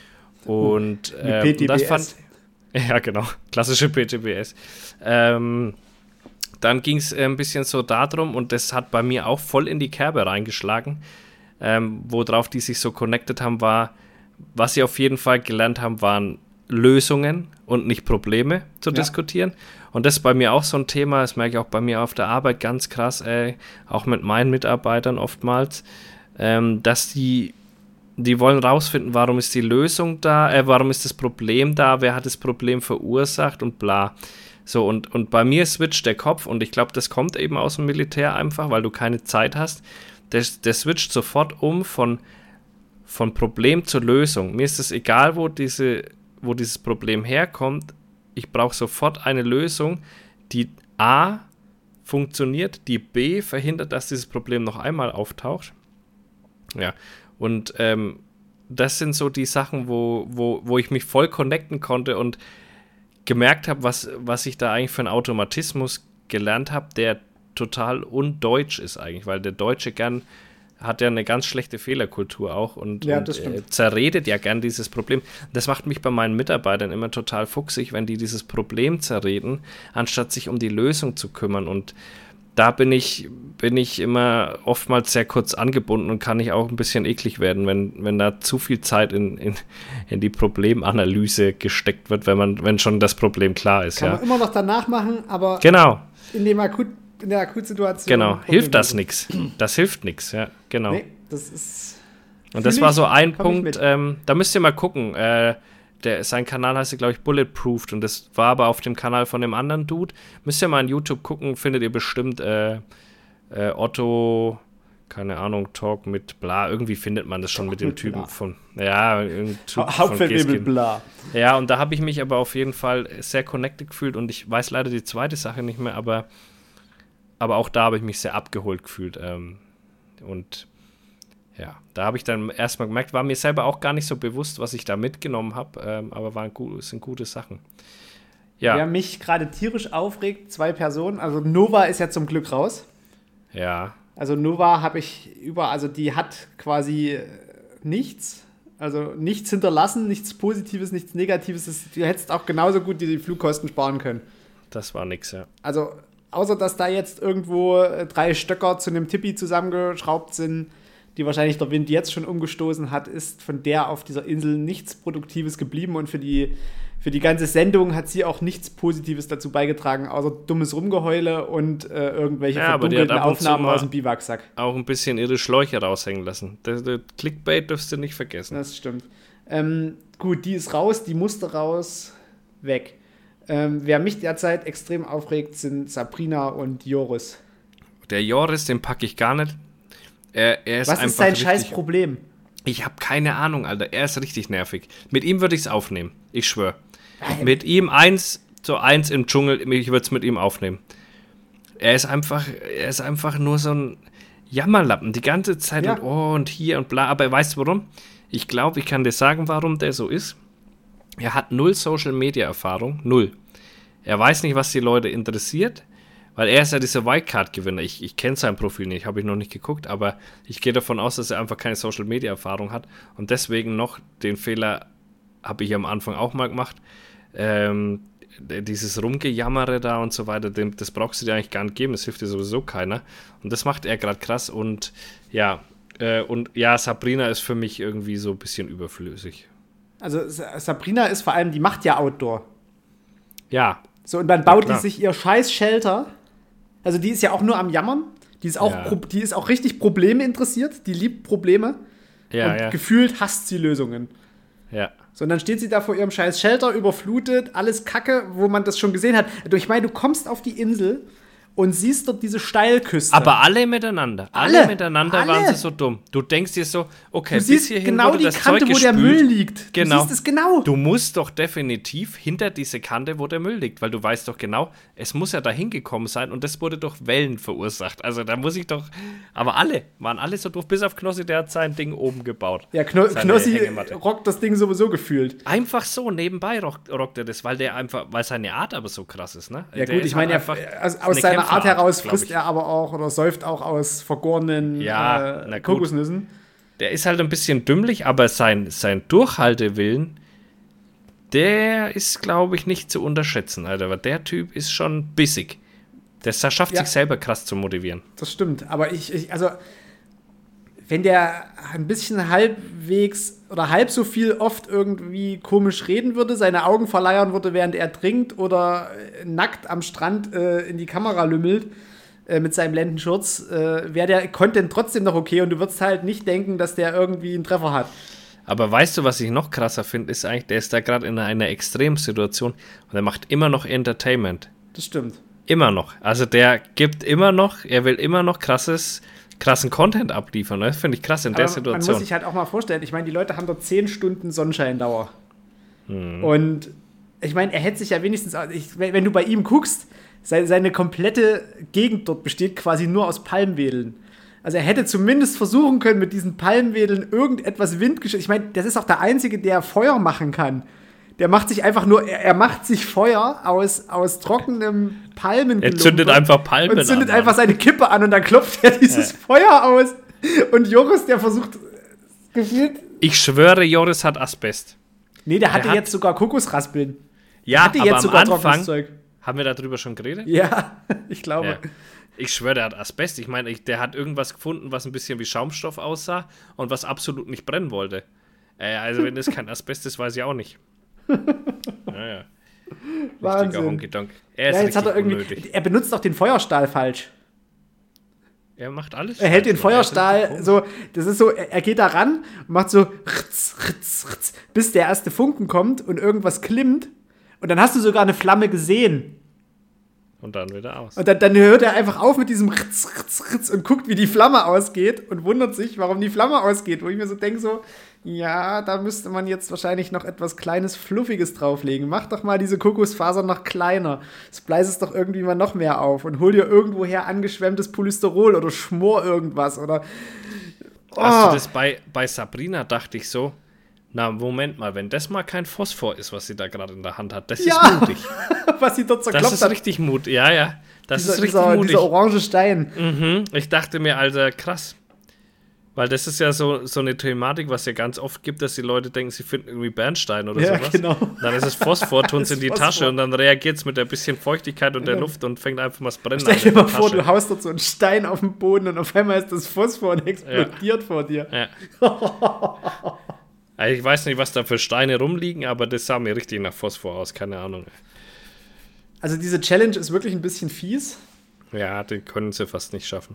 [SPEAKER 4] Und das fand... Ja, genau. Klassische PTBS. Dann ging es ein bisschen so darum, und das hat bei mir auch voll in die Kerbe reingeschlagen, worauf die sich so connected haben, war, was sie auf jeden Fall gelernt haben, waren Lösungen und nicht Probleme zu diskutieren. Und das ist bei mir auch so ein Thema, das merke ich auch bei mir auf der Arbeit ganz krass, auch mit meinen Mitarbeitern oftmals, dass die wollen rausfinden, warum ist die Lösung da, warum ist das Problem da, wer hat das Problem verursacht und bla. So, und bei mir switcht der Kopf, und ich glaube, das kommt eben aus dem Militär einfach, weil du keine Zeit hast, der switcht sofort um von Problem zur Lösung. Mir ist es egal, wo dieses Problem herkommt, ich brauche sofort eine Lösung, die A funktioniert, die B verhindert, dass dieses Problem noch einmal auftaucht. Ja, und das sind so die Sachen, wo ich mich voll connecten konnte und gemerkt habe, was ich da eigentlich für einen Automatismus gelernt habe, der total undeutsch ist eigentlich, weil der Deutsche hat ja eine ganz schlechte Fehlerkultur auch und zerredet ja gern dieses Problem. Das macht mich bei meinen Mitarbeitern immer total fuchsig, wenn die dieses Problem zerreden, anstatt sich um die Lösung zu kümmern. Und da bin ich immer oftmals sehr kurz angebunden und kann ich auch ein bisschen eklig werden, wenn da zu viel Zeit in die Problemanalyse gesteckt wird, wenn schon das Problem klar ist.
[SPEAKER 5] Kann man immer noch danach machen, aber
[SPEAKER 4] genau.
[SPEAKER 5] in der Akutsituation.
[SPEAKER 4] Genau, hilft das nichts. Das hilft nichts, ja, genau.
[SPEAKER 5] Nee, das ist
[SPEAKER 4] Und das war so ein Punkt, da müsst ihr mal gucken. Sein Kanal heißt, glaube ich, Bulletproofed und das war aber auf dem Kanal von dem anderen Dude. Müsst ihr mal in YouTube gucken, findet ihr bestimmt Otto, keine Ahnung, Talk mit bla. Irgendwie findet man das schon Talk mit dem Typen bla. Von, ja,
[SPEAKER 5] Hauptverwirrt mit bla.
[SPEAKER 4] Ja, und da habe ich mich aber auf jeden Fall sehr connected gefühlt und ich weiß leider die zweite Sache nicht mehr, aber auch da habe ich mich sehr abgeholt gefühlt. Und ja, da habe ich dann erstmal gemerkt, war mir selber auch gar nicht so bewusst, was ich da mitgenommen habe, aber sind gute Sachen. Ja.
[SPEAKER 5] Wer mich gerade tierisch aufregt, 2 Personen, also Nova ist ja zum Glück raus.
[SPEAKER 4] Ja.
[SPEAKER 5] Also Nova habe ich also die hat quasi nichts, also nichts hinterlassen, nichts Positives, nichts Negatives. Du hättest auch genauso gut die Flugkosten sparen können.
[SPEAKER 4] Das war nix, ja.
[SPEAKER 5] Also außer, dass da jetzt irgendwo 3 Stöcker zu einem Tippi zusammengeschraubt sind, die wahrscheinlich der Wind jetzt schon umgestoßen hat, ist von der auf dieser Insel nichts Produktives geblieben und für die ganze Sendung hat sie auch nichts Positives dazu beigetragen, außer dummes Rumgeheule und irgendwelche verdunkelten Aufnahmen aus dem Biwaksack.
[SPEAKER 4] Auch ein bisschen ihre Schläuche raushängen lassen. Das Clickbait dürfst du nicht vergessen.
[SPEAKER 5] Das stimmt. Gut, die ist raus, die musste raus, weg. Wer mich derzeit extrem aufregt, sind Sabrina und Joris.
[SPEAKER 4] Der Joris, den packe ich gar nicht.
[SPEAKER 5] Was ist sein scheiß Problem?
[SPEAKER 4] Ich habe keine Ahnung, Alter. Er ist richtig nervig. Mit ihm würde ich es aufnehmen. Ich schwöre. Mit ihm 1:1 im Dschungel. Ich würde es mit ihm aufnehmen. Er ist einfach nur so ein Jammerlappen. Die ganze Zeit
[SPEAKER 5] ja.
[SPEAKER 4] und hier und bla. Aber weißt du warum? Ich glaube, ich kann dir sagen, warum der so ist. Er hat 0 Social-Media-Erfahrung. 0. Er weiß nicht, was die Leute interessiert. Weil er ist ja dieser Wildcard-Gewinner. Ich kenne sein Profil nicht, habe ich noch nicht geguckt, aber ich gehe davon aus, dass er einfach keine Social-Media-Erfahrung hat und deswegen noch den Fehler habe ich am Anfang auch mal gemacht. Dieses Rumgejammere da und so weiter, das brauchst du dir eigentlich gar nicht geben, das hilft dir sowieso keiner. Und das macht er gerade krass und ja, Sabrina ist für mich irgendwie so ein bisschen überflüssig.
[SPEAKER 5] Also Sabrina ist vor allem, die macht ja Outdoor.
[SPEAKER 4] Ja.
[SPEAKER 5] So, und dann baut die sich ihr scheiß Shelter. Also die ist ja auch nur am Jammern. Die ist auch richtig Probleme interessiert. Die liebt Probleme.
[SPEAKER 4] Ja,
[SPEAKER 5] und gefühlt hasst sie Lösungen.
[SPEAKER 4] Ja.
[SPEAKER 5] So, und dann steht sie da vor ihrem scheiß Shelter, überflutet, alles Kacke, wo man das schon gesehen hat. Ich meine, du kommst auf die Insel und siehst dort diese Steilküste.
[SPEAKER 4] Aber alle miteinander. Alle miteinander waren sie so dumm. Du denkst dir so, okay,
[SPEAKER 5] du siehst
[SPEAKER 4] bis hierhin
[SPEAKER 5] genau
[SPEAKER 4] wurde
[SPEAKER 5] die
[SPEAKER 4] das
[SPEAKER 5] Kante,
[SPEAKER 4] Zeug
[SPEAKER 5] wo der Müll liegt.
[SPEAKER 4] Genau.
[SPEAKER 5] Du siehst es genau.
[SPEAKER 4] Du musst doch definitiv hinter diese Kante, wo der Müll liegt, weil du weißt doch genau, es muss ja dahin gekommen sein und das wurde durch Wellen verursacht. Also da muss ich doch, aber waren alle so doof, bis auf Knossi, der hat sein Ding oben gebaut.
[SPEAKER 5] Ja, Knossi rockt das Ding sowieso gefühlt.
[SPEAKER 4] Einfach so, nebenbei rockt er das, weil seine Art aber so krass ist, ne?
[SPEAKER 5] Ja gut, ich meine, aus seiner Art heraus frisst er aber auch oder säuft auch aus vergorenen Kokosnüssen.
[SPEAKER 4] Der ist halt ein bisschen dümmlich, aber sein Durchhaltewillen, der ist, glaube ich, nicht zu unterschätzen, Alter. Aber der Typ ist schon bissig. Der schafft sich selber krass zu motivieren.
[SPEAKER 5] Das stimmt, aber also wenn der ein bisschen halbwegs oder halb so viel oft irgendwie komisch reden würde, seine Augen verleiern würde, während er trinkt oder nackt am Strand in die Kamera lümmelt, mit seinem Lendenschurz, wäre der Content trotzdem noch okay und du würdest halt nicht denken, dass der irgendwie einen Treffer hat.
[SPEAKER 4] Aber weißt du, was ich noch krasser finde, ist eigentlich, der ist da gerade in einer Extremsituation und er macht immer noch Entertainment.
[SPEAKER 5] Das stimmt.
[SPEAKER 4] Immer noch. Also der gibt immer noch, er will immer noch krassen Content abliefern. Das finde ich krass in der Situation.
[SPEAKER 5] Man muss sich halt auch mal vorstellen, ich meine, die Leute haben dort 10 Stunden Sonnenscheindauer. Und ich meine, er hätte sich ja wenigstens, wenn du bei ihm guckst, seine komplette Gegend dort besteht quasi nur aus Palmwedeln. Also er hätte zumindest versuchen können, mit diesen Palmwedeln irgendetwas Windgeschützt. Ich meine, das ist auch der Einzige, der Feuer machen kann. Der macht sich einfach nur, er macht sich Feuer aus trockenem Palmengelumpe.
[SPEAKER 4] Er zündet einfach Palmen an.
[SPEAKER 5] Und zündet einfach seine Kippe an und dann klopft er dieses Feuer aus. Und Joris, der versucht, gefühlt...
[SPEAKER 4] Ich schwöre, Joris hat Asbest.
[SPEAKER 5] Nee, der hatte jetzt sogar Kokosraspeln.
[SPEAKER 4] Ja,
[SPEAKER 5] hatte
[SPEAKER 4] aber
[SPEAKER 5] jetzt sogar
[SPEAKER 4] am Anfang...
[SPEAKER 5] Zeug.
[SPEAKER 4] Haben wir darüber schon geredet?
[SPEAKER 5] Ja, ich glaube.
[SPEAKER 4] Ja. Ich schwöre, der hat Asbest. Ich meine, der hat irgendwas gefunden, was ein bisschen wie Schaumstoff aussah und was absolut nicht brennen wollte. Also wenn das kein Asbest ist, weiß ich auch nicht. Naja.
[SPEAKER 5] Wahnsinn.
[SPEAKER 4] Honky-Tonk. Er ist
[SPEAKER 5] jetzt hat er
[SPEAKER 4] unnötig.
[SPEAKER 5] Er benutzt auch den Feuerstahl falsch.
[SPEAKER 4] Er macht alles.
[SPEAKER 5] Er hält den Feuerstahl so, das ist so, er geht da ran und macht so ritz, ritz, ritz, bis der erste Funken kommt und irgendwas klimmt. Und dann hast du sogar eine Flamme gesehen.
[SPEAKER 4] Und dann wieder aus.
[SPEAKER 5] Und dann hört er einfach auf mit diesem ritz, ritz, ritz und guckt, wie die Flamme ausgeht und wundert sich, warum die Flamme ausgeht. Wo ich mir so denke, so, ja, da müsste man jetzt wahrscheinlich noch etwas Kleines, Fluffiges drauflegen. Mach doch mal diese Kokosfaser noch kleiner. Spleiß es doch irgendwie mal noch mehr auf und hol dir irgendwoher angeschwemmtes Polysterol oder schmor irgendwas oder. Oh.
[SPEAKER 4] Hast du das bei Sabrina, dachte ich so, na, Moment mal, wenn das mal kein Phosphor ist, was sie da gerade in der Hand hat, das ist mutig.
[SPEAKER 5] Was sie dort zerkloppt hat.
[SPEAKER 4] Das ist richtig mutig, ja. Das ist richtig mutig.
[SPEAKER 5] Dieser orange Stein.
[SPEAKER 4] Ich dachte mir, Alter, krass. Weil das ist ja so eine Thematik, was ja ganz oft gibt, dass die Leute denken, sie finden irgendwie Bernstein oder sowas. Genau. Dann ist es Phosphor, tun es in die Tasche und dann reagiert es mit ein bisschen Feuchtigkeit und der Luft und fängt einfach mal das Brennen an.
[SPEAKER 5] Stell dir mal vor, du haust dort so einen Stein auf den Boden und auf einmal ist das Phosphor und explodiert vor dir.
[SPEAKER 4] Ja. Also ich weiß nicht, was da für Steine rumliegen, aber das sah mir richtig nach Phosphor aus, keine Ahnung.
[SPEAKER 5] Also diese Challenge ist wirklich ein bisschen fies.
[SPEAKER 4] Ja, den können sie fast nicht schaffen.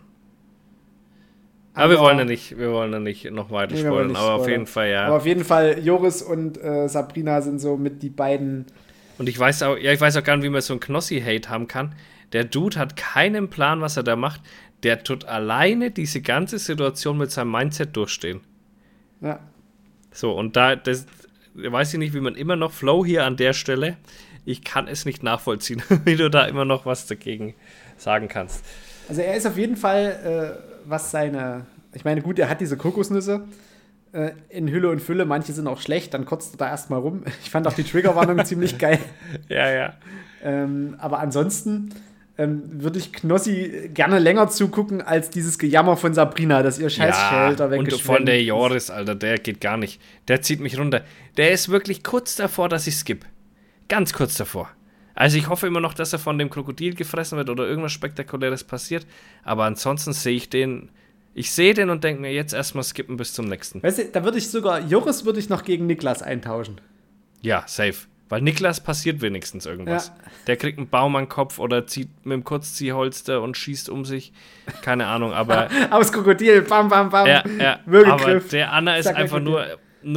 [SPEAKER 4] Aber wir wollen ja nicht noch weiter spoilern, aber auf jeden Fall, ja.
[SPEAKER 5] Aber auf jeden Fall, Joris und Sabrina sind so mit die beiden.
[SPEAKER 4] Und ich weiß auch gar nicht, wie man so einen Knossi-Hate haben kann. Der Dude hat keinen Plan, was er da macht. Der tut alleine diese ganze Situation mit seinem Mindset durchstehen.
[SPEAKER 5] Ja.
[SPEAKER 4] So, und weiß ich nicht, wie man immer noch Flo hier an der Stelle, ich kann es nicht nachvollziehen, wie du da immer noch was dagegen sagen kannst.
[SPEAKER 5] Also er ist auf jeden Fall, ich meine, gut, er hat diese Kokosnüsse in Hülle und Fülle, manche sind auch schlecht, dann kotzt er da erstmal rum. Ich fand auch die Triggerwarnung ziemlich geil.
[SPEAKER 4] Ja.
[SPEAKER 5] Aber ansonsten würde ich Knossi gerne länger zugucken, als dieses Gejammer von Sabrina, dass ihr Scheißshelter weggeschwemmt ist.
[SPEAKER 4] Und von der Joris, Alter, der geht gar nicht. Der zieht mich runter. Der ist wirklich kurz davor, dass ich skippe. Ganz kurz davor. Also ich hoffe immer noch, dass er von dem Krokodil gefressen wird oder irgendwas Spektakuläres passiert. Aber ansonsten sehe ich den und denke mir, jetzt erstmal skippen bis zum nächsten.
[SPEAKER 5] Weißt du, da würde ich sogar, Joris würde ich noch gegen Niklas eintauschen.
[SPEAKER 4] Ja, safe. Weil Niklas passiert wenigstens irgendwas. Ja. Der kriegt einen Baum an den Kopf oder zieht mit dem Kurzziehholster und schießt um sich. Keine Ahnung, aber...
[SPEAKER 5] Aus Krokodil, bam, bam, bam.
[SPEAKER 4] Ja, aber der Anna ist einfach nur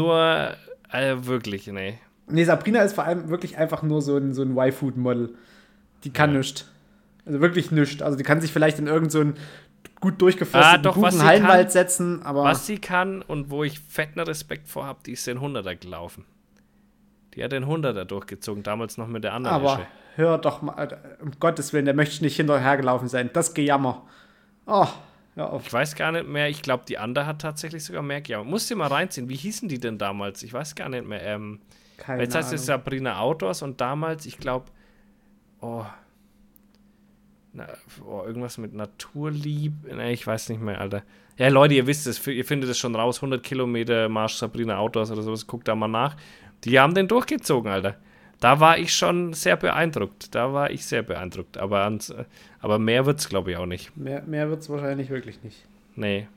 [SPEAKER 4] wirklich, nee.
[SPEAKER 5] Nee, Sabrina ist vor allem wirklich einfach nur so ein Y-Food-Model. Die kann nichts. Also wirklich nichts. Also die kann sich vielleicht in irgendeinen gut durchgefrosteten Buchenhallenwald setzen, aber...
[SPEAKER 4] Was sie kann und wo ich fetten Respekt vor habe, die ist den 100er gelaufen. Die hat den 100er durchgezogen, damals noch mit der anderen
[SPEAKER 5] Aber
[SPEAKER 4] Esche.
[SPEAKER 5] Hör doch mal, um Gottes Willen, der möchte nicht hinterhergelaufen sein. Das Gejammer. Oh, hör auf.
[SPEAKER 4] Ich weiß gar nicht mehr, ich glaube, die andere hat tatsächlich sogar mehr gejammert. Musst du mal reinziehen, wie hießen die denn damals? Ich weiß gar nicht mehr.
[SPEAKER 5] Keine
[SPEAKER 4] jetzt heißt
[SPEAKER 5] Ahnung.
[SPEAKER 4] es Sabrina Outdoors und damals, ich glaube, irgendwas mit Naturlieb. Nee, ich weiß nicht mehr, Alter. Ja, Leute, ihr wisst es, ihr findet es schon raus. 100 Kilometer Marsch Sabrina Outdoors oder sowas, guckt da mal nach. Die haben den durchgezogen, Alter. Da war ich schon sehr beeindruckt. Aber mehr wird's, glaube ich, auch nicht.
[SPEAKER 5] Mehr wird's wahrscheinlich wirklich nicht.
[SPEAKER 4] Nee.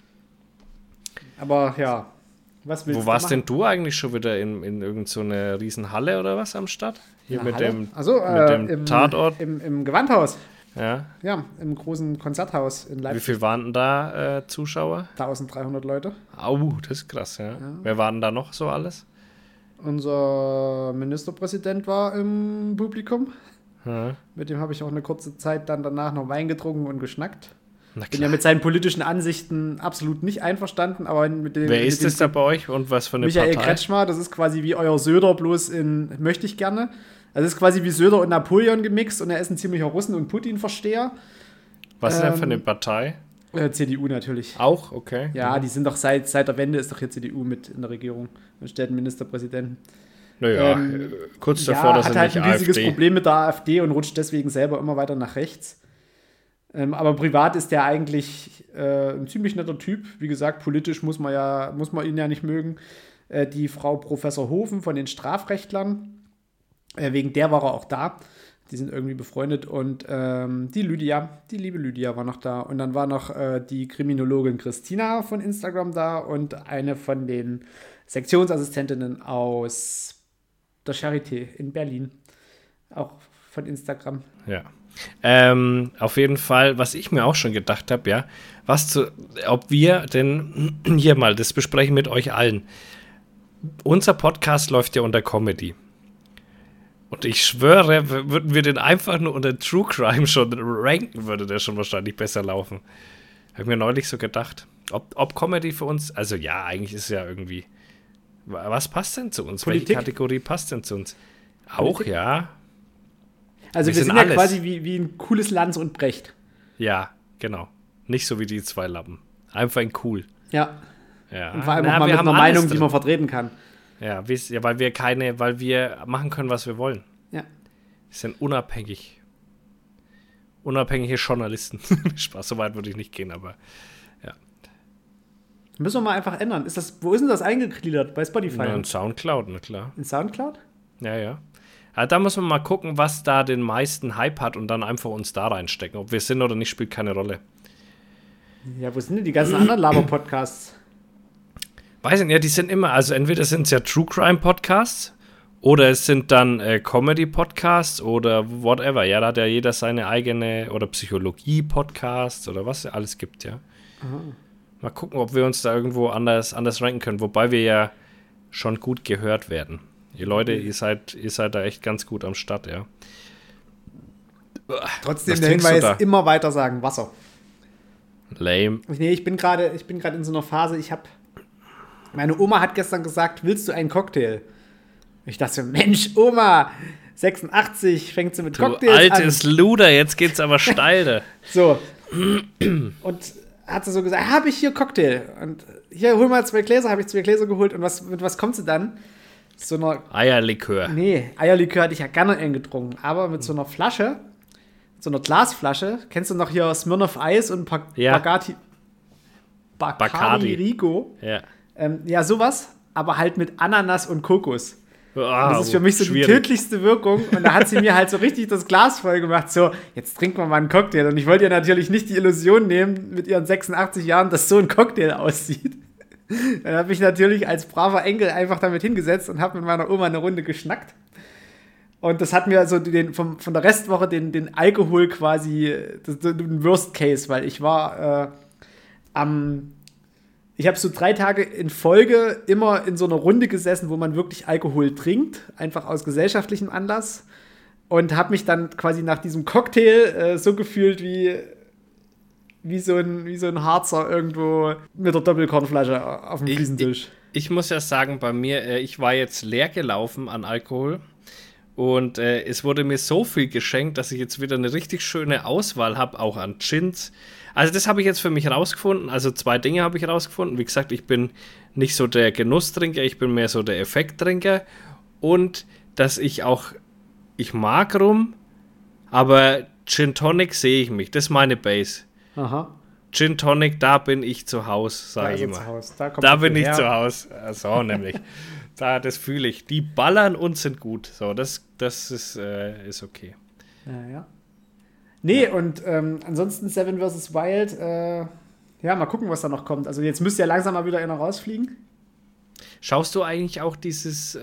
[SPEAKER 5] Aber ja, was willst du
[SPEAKER 4] Wo warst
[SPEAKER 5] machen?
[SPEAKER 4] denn du eigentlich schon wieder in irgend so eine Riesen-Halle oder was am Start? Hier mit dem Tatort?
[SPEAKER 5] Im Gewandhaus.
[SPEAKER 4] Ja.
[SPEAKER 5] Ja, im großen Konzerthaus in Leipzig.
[SPEAKER 4] Wie viel waren denn da Zuschauer?
[SPEAKER 5] 1300 Leute.
[SPEAKER 4] Au, das ist krass, ja. Wer war denn da noch so alles?
[SPEAKER 5] Unser Ministerpräsident war im Publikum.
[SPEAKER 4] Ja.
[SPEAKER 5] Mit dem habe ich auch eine kurze Zeit dann danach noch Wein getrunken und geschnackt.
[SPEAKER 4] Na
[SPEAKER 5] Bin ja mit seinen politischen Ansichten absolut nicht einverstanden, aber mit dem...
[SPEAKER 4] Wer ist das da bei euch und was für eine
[SPEAKER 5] Michael
[SPEAKER 4] Partei?
[SPEAKER 5] Kretschmer, das ist quasi wie euer Söder, bloß in möchte ich gerne. Also das ist quasi wie Söder und Napoleon gemixt und er ist ein ziemlicher Russen- und Putin-Versteher.
[SPEAKER 4] Was ist denn für eine Partei?
[SPEAKER 5] CDU natürlich.
[SPEAKER 4] Auch? Okay.
[SPEAKER 5] Ja, die sind doch seit der Wende ist doch hier CDU mit in der Regierung und stellt einen Ministerpräsidenten.
[SPEAKER 4] Naja, kurz davor, dass
[SPEAKER 5] er
[SPEAKER 4] er
[SPEAKER 5] halt
[SPEAKER 4] nicht
[SPEAKER 5] ein riesiges
[SPEAKER 4] AfD.
[SPEAKER 5] Problem mit der AfD und rutscht deswegen selber immer weiter nach rechts. Aber privat ist der eigentlich ein ziemlich netter Typ. Wie gesagt, politisch muss man ihn ja nicht mögen. Die Frau Professor Hofen von den Strafrechtlern, wegen der war er auch da. Die sind irgendwie befreundet. Und die liebe Lydia war noch da. Und dann war noch die Kriminologin Christina von Instagram da und eine von den Sektionsassistentinnen aus der Charité in Berlin. Auch von Instagram.
[SPEAKER 4] Ja. Auf jeden Fall, was ich mir auch schon gedacht habe, ja, ob wir denn hier mal, das besprechen mit euch allen. Unser Podcast läuft ja unter Comedy. Und ich schwöre, würden wir den einfach nur unter True Crime schon ranken, würde der schon wahrscheinlich besser laufen. Habe ich mir neulich so gedacht. Ob Comedy für uns, also ja, eigentlich ist es ja irgendwie, was passt denn zu uns?
[SPEAKER 5] Politik?
[SPEAKER 4] Welche Kategorie passt denn zu uns? Auch,
[SPEAKER 5] Politik?
[SPEAKER 4] Ja.
[SPEAKER 5] Also wir sind ja quasi wie ein cooles Lanz und Brecht.
[SPEAKER 4] Ja, genau. Nicht so wie die zwei Lappen. Einfach ein cool.
[SPEAKER 5] Ja.
[SPEAKER 4] Ja.
[SPEAKER 5] Und vor allem auch mal mit einer Meinung, die man vertreten kann.
[SPEAKER 4] Ja, weil wir machen können, was wir wollen.
[SPEAKER 5] Ja.
[SPEAKER 4] Wir sind unabhängig. Unabhängige Journalisten. Spaß, so weit würde ich nicht gehen, aber ja.
[SPEAKER 5] Müssen wir mal einfach ändern. Wo ist denn das eingegliedert? Bei Spotify?
[SPEAKER 4] Ja, in Soundcloud, na klar.
[SPEAKER 5] In Soundcloud?
[SPEAKER 4] Ja. Also da muss man mal gucken, was da den meisten Hype hat und dann einfach uns da reinstecken. Ob wir sind oder nicht, spielt keine Rolle.
[SPEAKER 5] Ja, wo sind denn die ganzen anderen Laber-Podcasts?
[SPEAKER 4] Weiß nicht, ja, die sind immer, also entweder sind es ja True Crime Podcasts oder es sind dann Comedy Podcasts oder whatever. Ja, da hat ja jeder seine eigene, oder Psychologie Podcasts oder was es alles gibt, ja. Aha. Mal gucken, ob wir uns da irgendwo anders ranken können, wobei wir ja schon gut gehört werden. Ihr Leute, ihr seid da echt ganz gut am Start, ja.
[SPEAKER 5] Trotzdem der Hinweis, immer weiter sagen, Wasser.
[SPEAKER 4] Lame.
[SPEAKER 5] Nee, ich bin gerade in so einer Phase, meine Oma hat gestern gesagt, willst du einen Cocktail? Ich dachte, Mensch, Oma, 86, fängt sie mit Cocktails an.
[SPEAKER 4] Altes Luder, jetzt geht's aber steil.
[SPEAKER 5] So. Und hat sie so gesagt, habe ich hier Cocktail? Und hier, hol mal 2 Gläser, habe ich 2 Gläser geholt. Und mit was kommt sie dann? So einer
[SPEAKER 4] Eierlikör.
[SPEAKER 5] Nee, Eierlikör hatte ich ja gerne getrunken. Aber mit so einer Flasche, so einer Glasflasche, kennst du noch hier Smirnoff Ice und Bacardi Rigo?
[SPEAKER 4] Ja.
[SPEAKER 5] Ja, sowas, aber halt mit Ananas und Kokos.
[SPEAKER 4] Oh,
[SPEAKER 5] und das ist für mich so schwierig. Die tödlichste Wirkung. Und da hat sie mir halt so richtig das Glas voll gemacht. So, jetzt trinken wir mal einen Cocktail. Und ich wollte ja natürlich nicht die Illusion nehmen, mit ihren 86 Jahren, dass so ein Cocktail aussieht. Dann habe ich natürlich als braver Enkel einfach damit hingesetzt und habe mit meiner Oma eine Runde geschnackt. Und das hat mir also von der Restwoche den Alkohol quasi, den Worst Case, weil ich war ich habe so 3 Tage in Folge immer in so einer Runde gesessen, wo man wirklich Alkohol trinkt, einfach aus gesellschaftlichem Anlass. Und habe mich dann quasi nach diesem Cocktail so gefühlt wie so ein Harzer irgendwo mit der Doppelkornflasche auf dem Fliesentisch.
[SPEAKER 4] Ich muss ja sagen, bei mir, ich war jetzt leer gelaufen an Alkohol. Und es wurde mir so viel geschenkt, dass ich jetzt wieder eine richtig schöne Auswahl habe, auch an Gins. Also das habe ich jetzt für mich rausgefunden. Also 2 Dinge habe ich rausgefunden. Wie gesagt, ich bin nicht so der Genusstrinker, ich bin mehr so der Effekttrinker. Und dass ich mag Rum, aber Gin Tonic sehe ich mich. Das ist meine Base.
[SPEAKER 5] Aha.
[SPEAKER 4] Gin Tonic, da bin ich zu Hause, sage ich immer. Da bin ich zu Hause. So nämlich. Das fühle ich. Die ballern und sind gut. So, das ist okay.
[SPEAKER 5] Ja. Nee, ja. Und ansonsten Seven vs. Wild, mal gucken, was da noch kommt. Also jetzt müsste ja langsam mal wieder einer rausfliegen.
[SPEAKER 4] Schaust du eigentlich auch dieses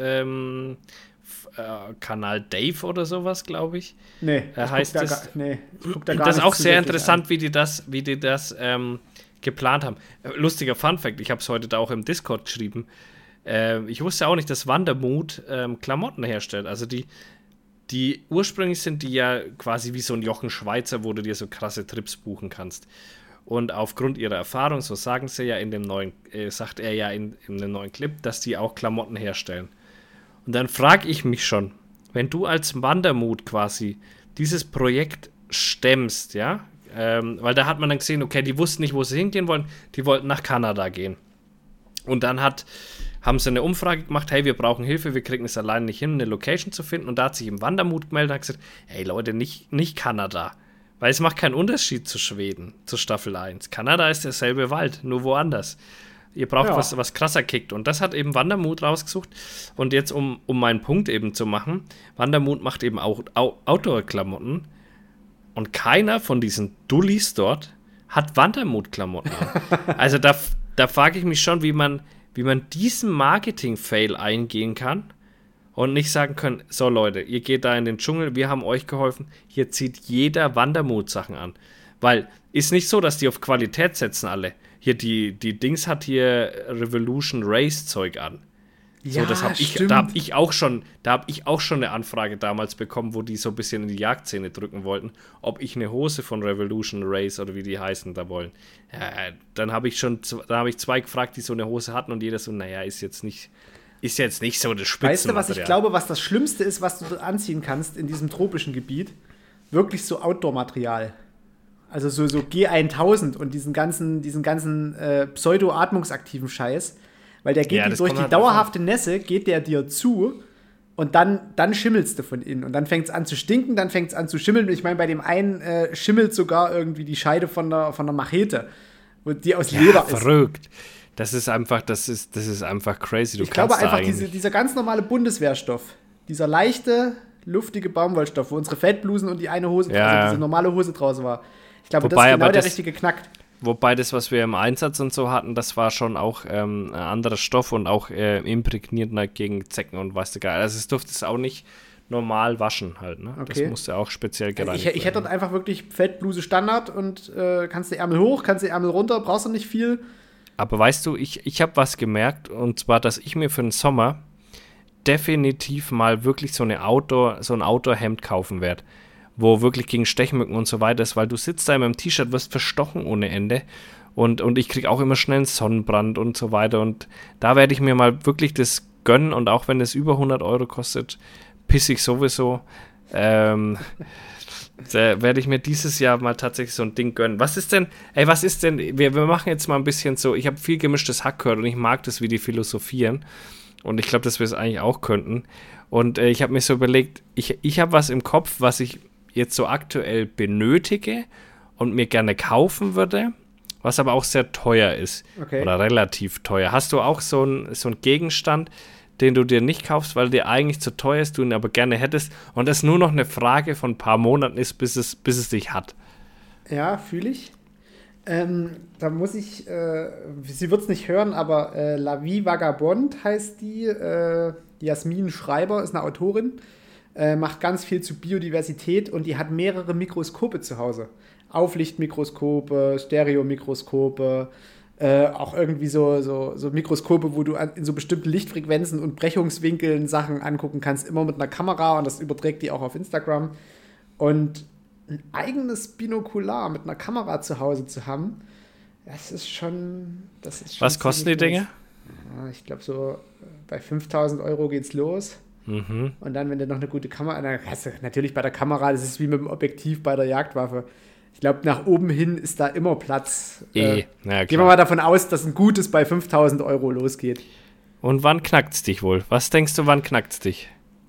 [SPEAKER 4] Kanal Dave oder sowas, glaube ich?
[SPEAKER 5] Nee,
[SPEAKER 4] heißt das?
[SPEAKER 5] Nee, ich guck da gar
[SPEAKER 4] das ist
[SPEAKER 5] nicht
[SPEAKER 4] auch sehr interessant, wie die das geplant haben. Lustiger Funfact, ich habe es heute da auch im Discord geschrieben. Ich wusste auch nicht, dass Wandermut Klamotten herstellt. Also die ursprünglich sind die ja quasi wie so ein Jochen Schweizer, wo du dir so krasse Trips buchen kannst. Und aufgrund ihrer Erfahrung, so sagen sie ja sagt er ja in dem neuen Clip, dass die auch Klamotten herstellen. Und dann frage ich mich schon, wenn du als Wandermut quasi dieses Projekt stemmst, ja, weil da hat man dann gesehen, okay, die wussten nicht, wo sie hingehen wollen, die wollten nach Kanada gehen. Und dann haben sie eine Umfrage gemacht, hey, wir brauchen Hilfe, wir kriegen es alleine nicht hin, eine Location zu finden. Und da hat sich im Wandermut gemeldet und hat gesagt, hey Leute, nicht Kanada. Weil es macht keinen Unterschied zu Schweden, zu Staffel 1. Kanada ist derselbe Wald, nur woanders. Ihr braucht was krasser kickt. Und das hat eben Wandermut rausgesucht. Und jetzt, um meinen Punkt eben zu machen, Wandermut macht eben auch Outdoor-Klamotten. Und keiner von diesen Dullis dort hat Wandermut-Klamotten an. Also da frage ich mich schon, wie man diesen Marketing-Fail eingehen kann und nicht sagen können, so Leute, ihr geht da in den Dschungel, wir haben euch geholfen, hier zieht jeder Wandermut-Sachen an. Weil, ist nicht so, dass die auf Qualität setzen alle. Hier, die Dings hat hier Revolution Race Zeug an. So,
[SPEAKER 5] Ja,
[SPEAKER 4] das
[SPEAKER 5] stimmt.
[SPEAKER 4] da hab ich auch schon eine Anfrage damals bekommen, wo die so ein bisschen in die Jagdszene drücken wollten, ob ich eine Hose von Revolution Race oder wie die heißen da wollen. Ja, dann habe ich 2 gefragt, die so eine Hose hatten und jeder so, naja, ist jetzt nicht so das Spitzenmaterial.
[SPEAKER 5] Weißt du, was ich glaube, was das Schlimmste ist, was du dort anziehen kannst in diesem tropischen Gebiet? Wirklich so Outdoor-Material. Also so G1000 und diesen ganzen pseudo-atmungsaktiven Scheiß. Weil der geht
[SPEAKER 4] Ja,
[SPEAKER 5] dir
[SPEAKER 4] das
[SPEAKER 5] durch
[SPEAKER 4] kommt
[SPEAKER 5] die
[SPEAKER 4] halt
[SPEAKER 5] dauerhafte Nässe, geht der dir zu und dann schimmelst du von innen. Und dann fängt es an zu stinken, dann fängt es an zu schimmeln. Und ich meine, bei dem einen schimmelt sogar irgendwie die Scheide von der Machete, die aus Leder ist.
[SPEAKER 4] Verrückt. Das ist einfach crazy.
[SPEAKER 5] Ich glaube einfach, dieser ganz normale Bundeswehrstoff, dieser leichte, luftige Baumwollstoff, wo unsere Feldblusen und die eine Hose, also diese normale Hose draußen war. Ich glaube, das ist genau der richtige Knack.
[SPEAKER 4] Wobei das, was wir im Einsatz und so hatten, das war schon auch ein anderer Stoff und auch imprägniert gegen Zecken und weißt du geil. Also es durfte es auch nicht normal waschen halt, ne?
[SPEAKER 5] Okay.
[SPEAKER 4] Das musste auch speziell gereinigt werden.
[SPEAKER 5] Ich hätte dort einfach wirklich Feldbluse Standard und kannst die Ärmel hoch, kannst die Ärmel runter, brauchst du nicht viel.
[SPEAKER 4] Aber weißt du, ich habe was gemerkt, und zwar, dass ich mir für den Sommer definitiv mal wirklich so ein Outdoor-Hemd kaufen werde, wo wirklich gegen Stechmücken und so weiter ist, weil du sitzt da in meinem T-Shirt, wirst verstochen ohne Ende und ich kriege auch immer schnell einen Sonnenbrand und so weiter und da werde ich mir mal wirklich das gönnen und auch wenn es über 100 € kostet, pisse ich sowieso, da werde ich mir dieses Jahr mal tatsächlich so ein Ding gönnen. Was ist denn, wir machen jetzt mal ein bisschen so, ich habe viel gemischtes Hack gehört und ich mag das, wie die philosophieren und ich glaube, dass wir es eigentlich auch könnten und ich habe mir so überlegt, ich habe was im Kopf, was ich jetzt so aktuell benötige und mir gerne kaufen würde, was aber auch sehr teuer ist.
[SPEAKER 5] Okay.
[SPEAKER 4] Oder relativ teuer. Hast du auch so einen Gegenstand, den du dir nicht kaufst, weil der eigentlich zu teuer ist, du ihn aber gerne hättest und es nur noch eine Frage von ein paar Monaten ist, bis es dich hat?
[SPEAKER 5] Ja, fühle ich. Da muss ich, sie wird es nicht hören, aber La Vie Vagabonde heißt die. Jasmin Schreiber ist eine Autorin. Macht ganz viel zu Biodiversität und die hat mehrere Mikroskope zu Hause. Auflichtmikroskope, Stereomikroskope, auch irgendwie so Mikroskope, wo du in so bestimmten Lichtfrequenzen und Brechungswinkeln Sachen angucken kannst, immer mit einer Kamera und das überträgt die auch auf Instagram. Und ein eigenes Binokular mit einer Kamera zu Hause zu haben, das ist schon
[SPEAKER 4] Was kosten die Dinge?
[SPEAKER 5] Ja, ich glaube so bei 5.000 € geht's los.
[SPEAKER 4] Mhm.
[SPEAKER 5] Und dann, wenn du noch eine gute Kamera, dann hast du natürlich bei der Kamera, das ist wie mit dem Objektiv bei der Jagdwaffe. Ich glaube, nach oben hin ist da immer Platz.
[SPEAKER 4] Ja,
[SPEAKER 5] gehen wir mal davon aus, dass ein gutes bei 5.000 € losgeht.
[SPEAKER 4] Und wann knackt's dich wohl? Was denkst du, wann knackt's dich?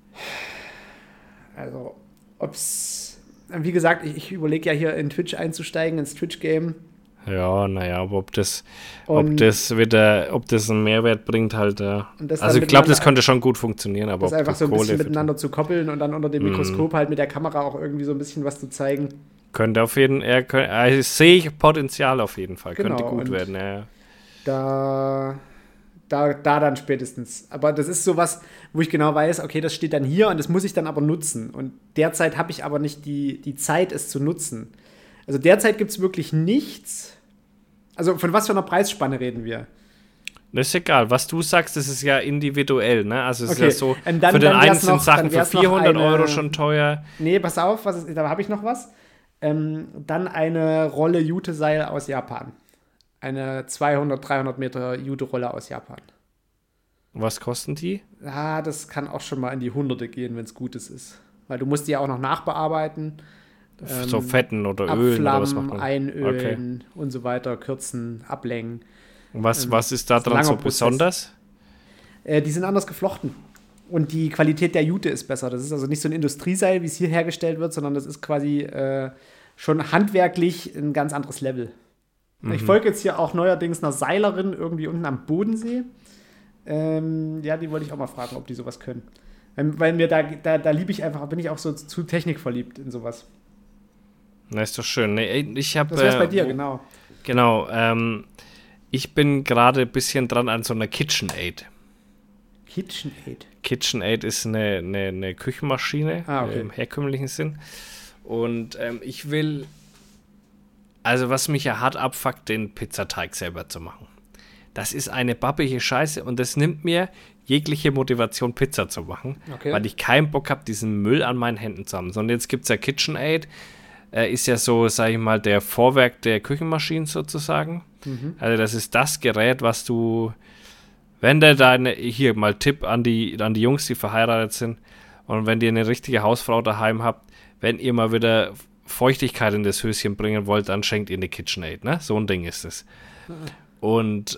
[SPEAKER 5] Also, wie gesagt, ich überlege ja hier in Twitch einzusteigen, ins Twitch-Game.
[SPEAKER 4] Ja, naja, aber ob das einen Mehrwert bringt, halt. Also ich glaube, das könnte schon gut funktionieren, aber
[SPEAKER 5] das einfach so ein bisschen miteinander zu koppeln und dann unter dem Mikroskop halt mit der Kamera auch irgendwie so ein bisschen was zu zeigen.
[SPEAKER 4] Könnte auf jeden Fall, sehe ich Potenzial auf jeden Fall,
[SPEAKER 5] genau,
[SPEAKER 4] könnte gut werden, ja.
[SPEAKER 5] Da dann spätestens. Aber das ist sowas, wo ich genau weiß, okay, das steht dann hier und das muss ich dann aber nutzen. Und derzeit habe ich aber nicht die Zeit, es zu nutzen. Also derzeit gibt es wirklich nichts. Also von was für einer Preisspanne reden wir?
[SPEAKER 4] Das ist egal. Was du sagst, das ist ja individuell, ne? Also es
[SPEAKER 5] okay.
[SPEAKER 4] ist ja so,
[SPEAKER 5] dann,
[SPEAKER 4] für den einen sind
[SPEAKER 5] noch,
[SPEAKER 4] Sachen für 400 € schon teuer.
[SPEAKER 5] Nee, pass auf, da habe ich noch was. Dann eine Rolle Jute-Seil aus Japan. Eine 200, 300 Meter Jute-Rolle aus Japan.
[SPEAKER 4] Was kosten die?
[SPEAKER 5] Ja, das kann auch schon mal in die Hunderte gehen, wenn es Gutes ist. Weil du musst die ja auch noch nachbearbeiten.
[SPEAKER 4] So Fetten oder Ölen oder was macht man?
[SPEAKER 5] Einölen und so weiter, kürzen, ablenken.
[SPEAKER 4] Was ist da dran so besonders?
[SPEAKER 5] Die sind anders geflochten. Und die Qualität der Jute ist besser. Das ist also nicht so ein Industrieseil, wie es hier hergestellt wird, sondern das ist quasi schon handwerklich ein ganz anderes Level. Mhm. Ich folge jetzt hier auch neuerdings einer Seilerin irgendwie unten am Bodensee. Ja, die wollte ich auch mal fragen, ob die sowas können. Weil mir da liebe ich einfach, bin ich auch so zu technikverliebt in sowas.
[SPEAKER 4] Na, ist doch schön. Nee, ich habe.
[SPEAKER 5] Das wär's bei dir, genau.
[SPEAKER 4] Genau. Ich bin gerade ein bisschen dran an so einer KitchenAid.
[SPEAKER 5] KitchenAid?
[SPEAKER 4] KitchenAid ist eine Küchenmaschine im herkömmlichen Sinn. Und ich will, also was mich ja hart abfuckt, den Pizzateig selber zu machen. Das ist eine babbige Scheiße und das nimmt mir jegliche Motivation, Pizza zu machen, weil ich keinen Bock habe, diesen Müll an meinen Händen zu haben. Sondern jetzt gibt es ja KitchenAid, ist ja so, sag ich mal, der Vorwerk der Küchenmaschinen sozusagen. Also das ist das Gerät, was du, wenn der hier mal Tipp an die Jungs, die verheiratet sind, und wenn ihr eine richtige Hausfrau daheim habt, wenn ihr mal wieder Feuchtigkeit in das Höschen bringen wollt, dann schenkt ihr eine KitchenAid, ne? So ein Ding ist es. Und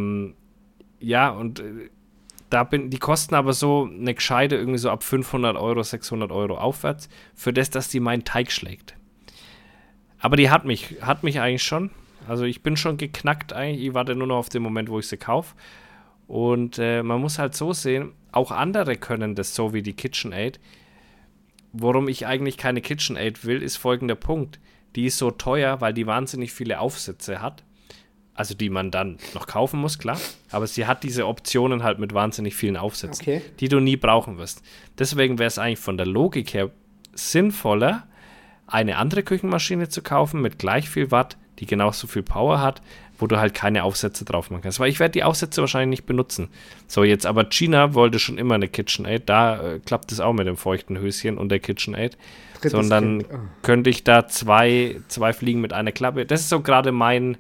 [SPEAKER 4] die kosten aber so eine gescheite irgendwie so ab 500 Euro, 600 Euro aufwärts, für das, dass die meinen Teig schlägt. Aber die hat mich eigentlich schon. Also ich bin schon geknackt eigentlich. Ich warte nur noch auf den Moment, wo ich sie kaufe. Und man muss halt so sehen, auch andere können das so wie die KitchenAid. Worum ich eigentlich keine KitchenAid will, ist folgender Punkt. Die ist so teuer, weil die wahnsinnig viele Aufsätze hat. Also die man dann noch kaufen muss, klar. Aber sie hat diese Optionen halt mit wahnsinnig vielen Aufsätzen, die du nie brauchen wirst. Deswegen wäre es eigentlich von der Logik her sinnvoller, eine andere Küchenmaschine zu kaufen mit gleich viel Watt, die genauso viel Power hat, wo du halt keine Aufsätze drauf machen kannst. Weil ich werde die Aufsätze wahrscheinlich nicht benutzen. So, jetzt aber Gina wollte schon immer eine KitchenAid. Da klappt es auch mit dem feuchten Höschen und der KitchenAid. So, und dann könnte ich da zwei Fliegen mit einer Klappe. Das ist so gerade mein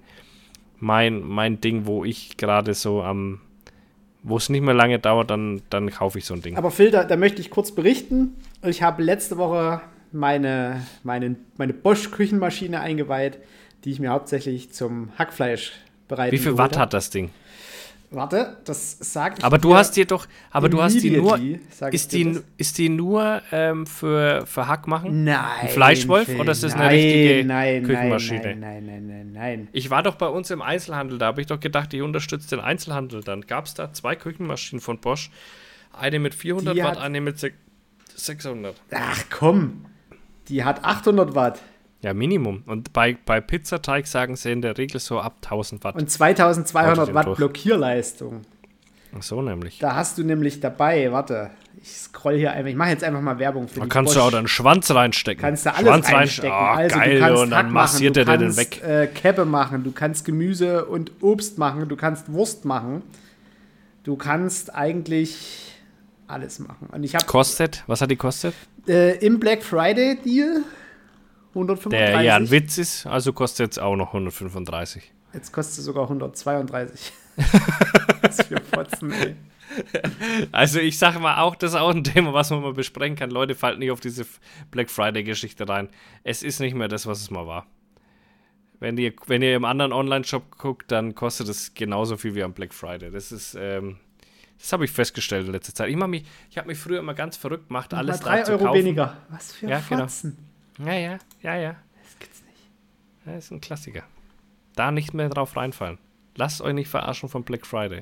[SPEAKER 4] Ding, wo ich gerade so wo es nicht mehr lange dauert, dann kaufe ich so ein Ding.
[SPEAKER 5] Aber Phil, da möchte ich kurz berichten. Ich habe letzte Woche meine Bosch-Küchenmaschine eingeweiht, die ich mir hauptsächlich zum Hackfleisch bereiten.
[SPEAKER 4] Wie viel Watt hat das Ding?
[SPEAKER 5] Warte, das sagt.
[SPEAKER 4] Aber du hast die nur. Ist die nur für Hack machen?
[SPEAKER 5] Nein.
[SPEAKER 4] Ein Fleischwolf oder ist das eine richtige Küchenmaschine?
[SPEAKER 5] Nein.
[SPEAKER 4] Ich war doch bei uns im Einzelhandel, da habe ich doch gedacht, ich unterstütze den Einzelhandel. Dann gab es da 2 Küchenmaschinen von Bosch. Eine mit 400 Watt, eine mit 600.
[SPEAKER 5] Ach komm, die hat 800 Watt.
[SPEAKER 4] Ja, Minimum. Und bei Pizzateig sagen sie in der Regel so ab 1000 Watt.
[SPEAKER 5] Und 2200 Watt Blockierleistung.
[SPEAKER 4] Ach so, nämlich.
[SPEAKER 5] Da hast du nämlich dabei, warte, ich scroll hier einfach, ich mache jetzt einfach mal Werbung für
[SPEAKER 4] die kannst Bosch. Du auch deinen Schwanz reinstecken.
[SPEAKER 5] Kannst du alles reinstecken.
[SPEAKER 4] Also, geil,
[SPEAKER 5] du kannst
[SPEAKER 4] und dann massiert er den weg.
[SPEAKER 5] Du kannst Käppe machen, du kannst Gemüse und Obst machen, du kannst Wurst machen. Du kannst eigentlich alles machen. Und ich habe
[SPEAKER 4] was hat die kostet?
[SPEAKER 5] Im Black Friday Deal 135.
[SPEAKER 4] Der ja ein Witz ist, also kostet jetzt auch noch 135.
[SPEAKER 5] Jetzt kostet es sogar 132. Was für Fotzen, ey.
[SPEAKER 4] Also ich sage mal auch, das ist auch ein Thema, was man mal besprechen kann. Leute, fallt nicht auf diese Black Friday-Geschichte rein. Es ist nicht mehr das, was es mal war. Wenn ihr im anderen Online-Shop guckt, dann kostet es genauso viel wie am Black Friday. Das ist, das habe ich festgestellt in letzter Zeit. Ich habe mich früher immer ganz verrückt gemacht, alles da zu kaufen. 3
[SPEAKER 5] Euro weniger. Was für Fotzen.
[SPEAKER 4] Genau. Ja.
[SPEAKER 5] Das gibt's nicht.
[SPEAKER 4] Das ist ein Klassiker. Da nicht mehr drauf reinfallen. Lasst euch nicht verarschen vom Black Friday.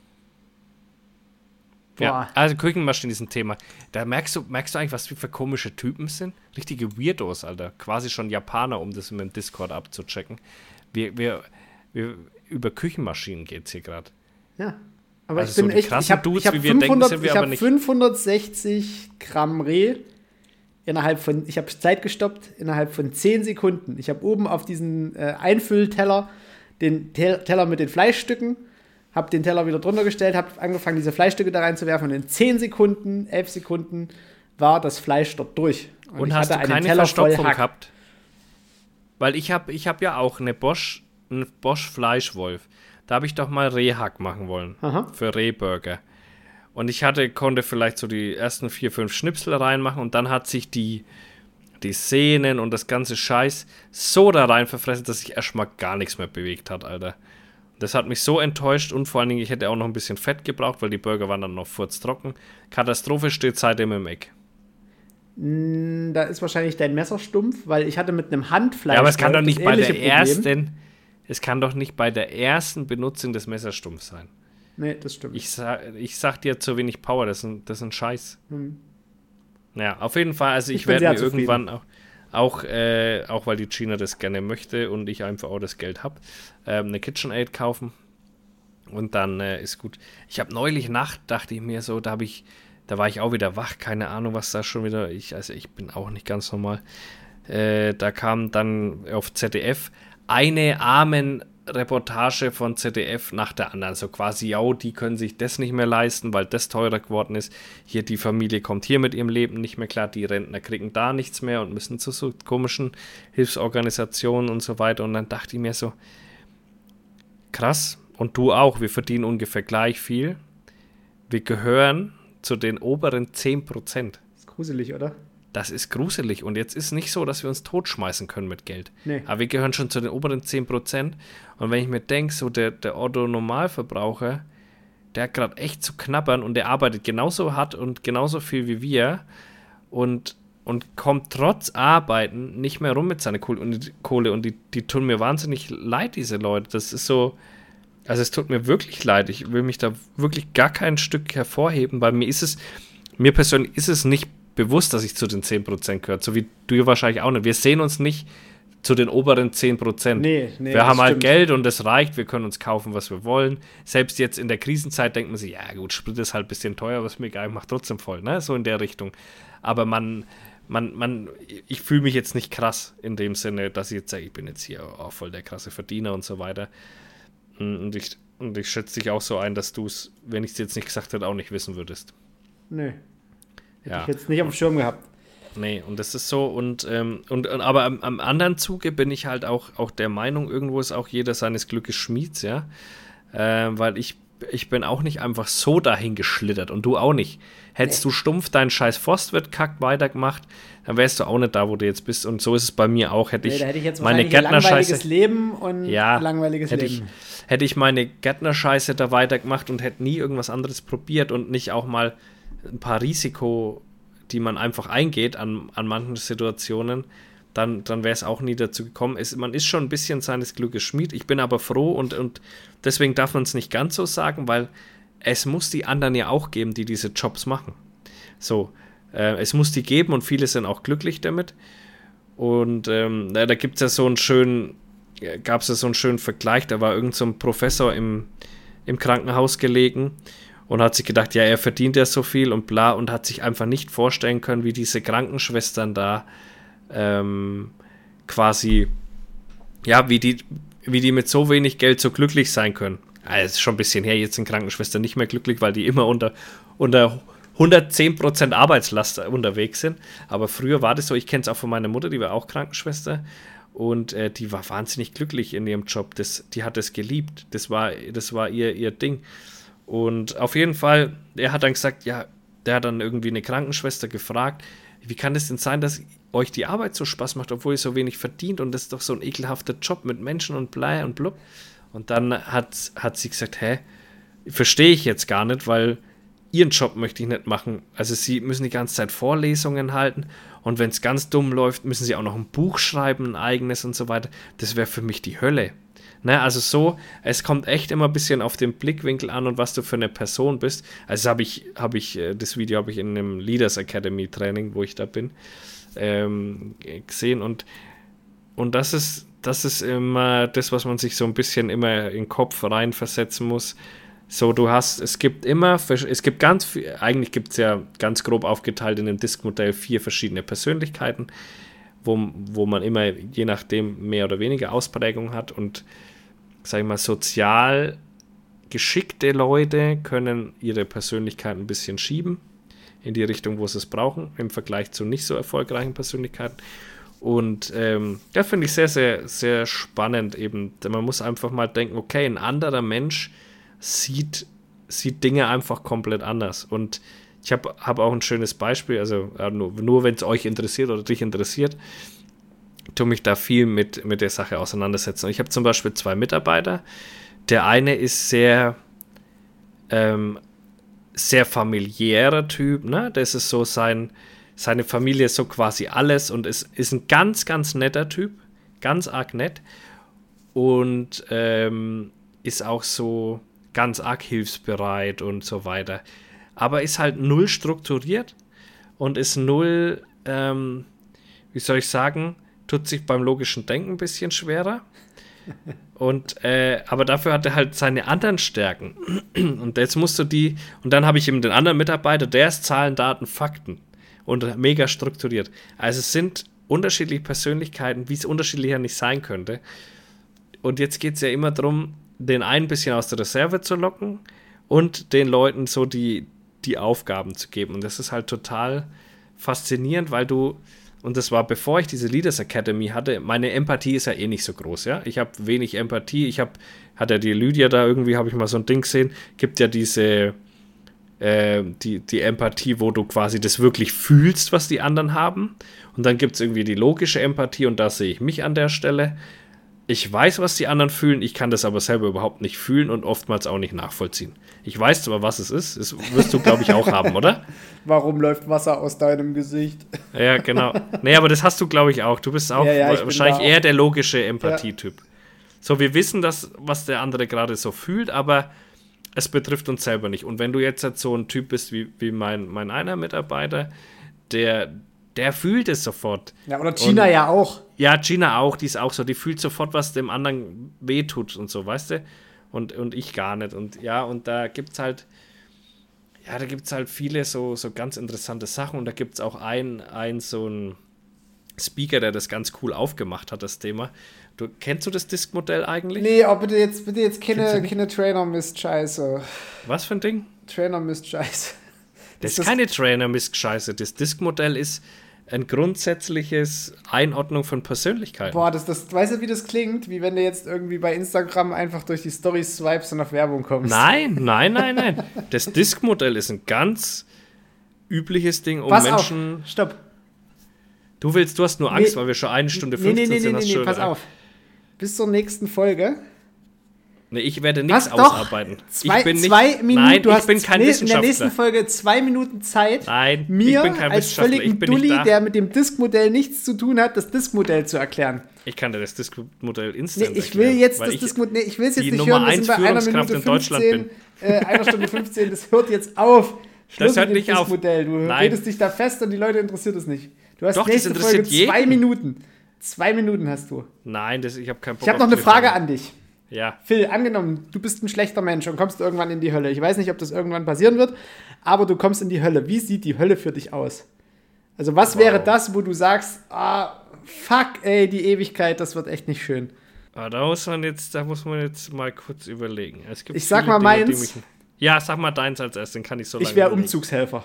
[SPEAKER 4] Ja, also Küchenmaschine ist ein Thema. Da merkst du eigentlich, was wir für komische Typen sind? Richtige Weirdos, Alter. Quasi schon Japaner, um das mit dem Discord abzuchecken. Wir über Küchenmaschinen geht's hier gerade.
[SPEAKER 5] Ja, aber
[SPEAKER 4] also
[SPEAKER 5] ich bin echt, ich habe 560 Gramm Reh ich habe Zeit gestoppt, innerhalb von 10 Sekunden. Ich habe oben auf diesen Einfüllteller den Teller mit den Fleischstücken, habe den Teller wieder drunter gestellt, habe angefangen, diese Fleischstücke da reinzuwerfen und in 10 Sekunden, 11 Sekunden war das Fleisch dort durch.
[SPEAKER 4] Und hast du keine Verstopfung gehabt? Weil ich hab ja auch einen Bosch Fleischwolf. Da habe ich doch mal Rehhack machen wollen.
[SPEAKER 5] Aha.
[SPEAKER 4] Für Rehburger. Und ich konnte vielleicht so die ersten 4, 5 Schnipsel reinmachen und dann hat sich die Sehnen und das ganze Scheiß so da rein verfressen, dass sich erstmal gar nichts mehr bewegt hat, Alter. Das hat mich so enttäuscht und vor allen Dingen, ich hätte auch noch ein bisschen Fett gebraucht, weil die Burger waren dann noch furztrocken. Katastrophe, steht seitdem im Eck.
[SPEAKER 5] Da ist wahrscheinlich dein Messer stumpf, weil ich hatte mit einem Handfleisch.
[SPEAKER 4] Ja, aber es kann doch nicht kann doch nicht bei der ersten Benutzung des Messers stumpf sein.
[SPEAKER 5] Nee, das stimmt.
[SPEAKER 4] Ich sag dir zu wenig Power, das ist ein Scheiß. Ja, auf jeden Fall, also ich werde mir irgendwann auch weil die Gina das gerne möchte und ich einfach auch das Geld habe, eine KitchenAid kaufen und dann ist gut. Ich habe neulich Nacht, dachte ich mir so, da habe ich Da war ich auch wieder wach, keine Ahnung, was da schon wieder, ich bin auch nicht ganz normal. Da kam dann auf ZDF eine Armen-Reportage von ZDF nach der anderen. So quasi, ja, die können sich das nicht mehr leisten, weil das teurer geworden ist. Hier, die Familie kommt hier mit ihrem Leben nicht mehr klar. Die Rentner kriegen da nichts mehr und müssen zu so komischen Hilfsorganisationen und so weiter. Und dann dachte ich mir so, krass, und du auch, wir verdienen ungefähr gleich viel. Wir gehören zu den oberen 10%.
[SPEAKER 5] Das ist gruselig, oder?
[SPEAKER 4] Das ist gruselig. Und jetzt ist nicht so, dass wir uns totschmeißen können mit Geld.
[SPEAKER 5] Nee.
[SPEAKER 4] Aber wir gehören schon zu den oberen 10%. Und wenn ich mir denke, so der Otto-Normalverbraucher, der hat gerade echt zu knabbern und der arbeitet genauso hart und genauso viel wie wir und kommt trotz Arbeiten nicht mehr rum mit seiner Kohle. Und die tun mir wahnsinnig leid, diese Leute. Das ist so, also es tut mir wirklich leid. Ich will mich da wirklich gar kein Stück hervorheben, weil mir persönlich ist es nicht bewusst, dass ich zu den 10% gehöre, so wie du wahrscheinlich auch nicht. Wir sehen uns nicht zu den oberen 10%.
[SPEAKER 5] Nee,
[SPEAKER 4] wir haben halt Geld und das reicht, wir können uns kaufen, was wir wollen. Selbst jetzt in der Krisenzeit denkt man sich, ja gut, Sprit ist halt ein bisschen teuer, was mir egal, macht trotzdem voll, ne? So in der Richtung. Aber ich fühle mich jetzt nicht krass in dem Sinne, dass ich jetzt sage, ich bin jetzt hier auch voll der krasse Verdiener und so weiter. Und ich schätze dich auch so ein, dass du es, wenn ich es jetzt nicht gesagt hätte, auch nicht wissen würdest.
[SPEAKER 5] Nee.
[SPEAKER 4] Ja.
[SPEAKER 5] Hätte ich jetzt nicht auf dem Schirm gehabt.
[SPEAKER 4] Nee, und das ist so, aber am anderen Zuge bin ich halt auch der Meinung, irgendwo ist auch jeder seines Glückes Schmieds, ja, weil ich bin auch nicht einfach so dahin geschlittert und du auch nicht. Hättest du stumpf deinen scheiß Forstwirt-Kack weitergemacht, dann wärst du auch nicht da, wo du jetzt bist, und so ist es bei mir auch.
[SPEAKER 5] Da hätte ich jetzt
[SPEAKER 4] meine
[SPEAKER 5] langweiliges Leben und langweiliges Leben.
[SPEAKER 4] Hätte ich meine Gärtnerscheiße da weitergemacht und hätte nie irgendwas anderes probiert und nicht auch mal ein paar Risiko, die man einfach eingeht an manchen Situationen, dann wäre es auch nie dazu gekommen. Man ist schon ein bisschen seines Glückes Schmied. Ich bin aber froh und deswegen darf man es nicht ganz so sagen, weil es muss die anderen ja auch geben, die diese Jobs machen. So, es muss die geben und viele sind auch glücklich damit. Und da gibt es ja so einen schönen Vergleich, da war irgend so ein Professor im Krankenhaus gelegen und hat sich gedacht, ja, er verdient ja so viel und bla, und hat sich einfach nicht vorstellen können, wie diese Krankenschwestern da quasi, ja, wie die mit so wenig Geld so glücklich sein können. Also, es ist schon ein bisschen her, jetzt sind Krankenschwestern nicht mehr glücklich, weil die immer unter 110% Arbeitslast unterwegs sind. Aber früher war das so, ich kenne es auch von meiner Mutter, die war auch Krankenschwester. Und die war wahnsinnig glücklich in ihrem Job. Die hat es geliebt. Das war ihr Ding. Und auf jeden Fall, er hat dann gesagt, ja, der hat dann irgendwie eine Krankenschwester gefragt, wie kann es denn sein, dass euch die Arbeit so Spaß macht, obwohl ihr so wenig verdient, und das ist doch so ein ekelhafter Job mit Menschen und blei und blub. Und dann hat sie gesagt, verstehe ich jetzt gar nicht, weil ihren Job möchte ich nicht machen. Also sie müssen die ganze Zeit Vorlesungen halten und wenn es ganz dumm läuft, müssen sie auch noch ein Buch schreiben, ein eigenes und so weiter. Das wäre für mich die Hölle. Ne, also so, es kommt echt immer ein bisschen auf den Blickwinkel an und was du für eine Person bist. Also das Video habe ich in einem Leaders Academy Training, wo ich da bin, gesehen, und das ist immer das, was man sich so ein bisschen immer in den Kopf reinversetzen muss. So, es gibt eigentlich gibt es ja ganz grob aufgeteilt in dem Disk-Modell 4 verschiedene Persönlichkeiten, wo man immer je nachdem mehr oder weniger Ausprägung hat, und sag ich mal, sozial geschickte Leute können ihre Persönlichkeit ein bisschen schieben in die Richtung, wo sie es brauchen, im Vergleich zu nicht so erfolgreichen Persönlichkeiten. Und da finde ich sehr, sehr, sehr spannend eben. Man muss einfach mal denken, okay, ein anderer Mensch sieht Dinge einfach komplett anders. Und ich habe auch ein schönes Beispiel, also nur wenn es euch interessiert oder dich interessiert, tue mich da viel mit der Sache auseinandersetzen. Und ich habe zum Beispiel 2 Mitarbeiter. Der eine ist sehr familiärer Typ, ne? Das ist so seine Familie ist so quasi alles, und es ist ein ganz, ganz netter Typ, ganz arg nett, und ist auch so ganz arg hilfsbereit und so weiter. Aber ist halt null strukturiert und ist null, wie soll ich sagen, tut sich beim logischen Denken ein bisschen schwerer. Aber dafür hat er halt seine anderen Stärken. Und jetzt musst du und dann habe ich eben den anderen Mitarbeiter, der ist Zahlen, Daten, Fakten und mega strukturiert. Also es sind unterschiedliche Persönlichkeiten, wie es unterschiedlicher nicht sein könnte. Und jetzt geht es ja immer darum, den einen ein bisschen aus der Reserve zu locken und den Leuten so die Aufgaben zu geben. Und das ist halt total faszinierend, weil und das war bevor ich diese Leaders Academy hatte, meine Empathie ist ja eh nicht so groß, ja. Ich habe wenig Empathie, hat ja die Lydia da irgendwie, habe ich mal so ein Ding gesehen, gibt ja diese die Empathie, wo du quasi das wirklich fühlst, was die anderen haben. Und dann gibt es irgendwie die logische Empathie und da sehe ich mich an der Stelle. Ich weiß, was die anderen fühlen, ich kann das aber selber überhaupt nicht fühlen und oftmals auch nicht nachvollziehen. Ich weiß zwar, was es ist, das wirst du, glaube ich, auch haben, oder?
[SPEAKER 5] Warum läuft Wasser aus deinem Gesicht?
[SPEAKER 4] Ja, genau. Nee, aber das hast du, glaube ich, auch. Du bist auch wahrscheinlich eher der logische Empathietyp. Ja. So, wir wissen, was der andere gerade so fühlt, aber es betrifft uns selber nicht. Und wenn du jetzt so ein Typ bist wie mein einer Mitarbeiter, der fühlt es sofort.
[SPEAKER 5] Ja, oder Gina ja auch.
[SPEAKER 4] Ja, Gina auch, die ist auch so. Die fühlt sofort, was dem anderen wehtut und so, weißt du? Und ich gar nicht. Und ja, und da gibt's halt viele so ganz interessante Sachen. Und da gibt's auch so ein Speaker, der das ganz cool aufgemacht hat, das Thema. Kennst du das Disk-Modell eigentlich?
[SPEAKER 5] Nee, aber bitte jetzt keine Trainer-Mist-Scheiße.
[SPEAKER 4] Was für ein Ding?
[SPEAKER 5] Trainer-Mist-Scheiße.
[SPEAKER 4] Das ist keine Trainer-Mist-Scheiße. Das Disk-Modell ist ein grundsätzliches Einordnung von Persönlichkeiten.
[SPEAKER 5] Boah, weißt du, wie das klingt? Wie wenn du jetzt irgendwie bei Instagram einfach durch die Storys swipes und auf Werbung kommst.
[SPEAKER 4] Nein. Das Disk-Modell ist ein ganz übliches Ding, um Menschen...
[SPEAKER 5] Stopp.
[SPEAKER 4] Du hast nur Angst, weil wir schon 1 Stunde 15 sind.
[SPEAKER 5] Nee, pass auf. Bis zur nächsten Folge.
[SPEAKER 4] Nee, ich werde nichts ausarbeiten.
[SPEAKER 5] Ich bin kein Wissenschaftler. In der nächsten Folge 2 Minuten Zeit, mir als völligen Dulli, der mit dem Disk-Modell nichts zu tun hat, das Disk-Modell zu erklären.
[SPEAKER 4] Ich kann dir das Disk-Modell instant
[SPEAKER 5] ich will jetzt das Disk-Modell, ich will es jetzt nicht hören, wir sind bei 1 Minute 15, 1 Stunde 15, das hört jetzt auf.
[SPEAKER 4] Schluss das hört nicht auf.
[SPEAKER 5] Disk-Modell. Du redest dich da fest und die Leute interessiert es nicht. Du hast nächste Folge 2 Minuten. 2 Minuten hast du.
[SPEAKER 4] Nein, ich habe keinen Bock.
[SPEAKER 5] Ich habe noch eine Frage an dich.
[SPEAKER 4] Ja.
[SPEAKER 5] Phil, angenommen, du bist ein schlechter Mensch und kommst irgendwann in die Hölle. Ich weiß nicht, ob das irgendwann passieren wird, aber du kommst in die Hölle. Wie sieht die Hölle für dich aus? Also was wäre das, wo du sagst, fuck, ey, die Ewigkeit, das wird echt nicht schön.
[SPEAKER 4] Da muss man jetzt mal kurz überlegen.
[SPEAKER 5] Ich sag mal meins.
[SPEAKER 4] Ja, sag mal deins als erstes, dann kann ich so lange
[SPEAKER 5] Ich wäre Umzugshelfer.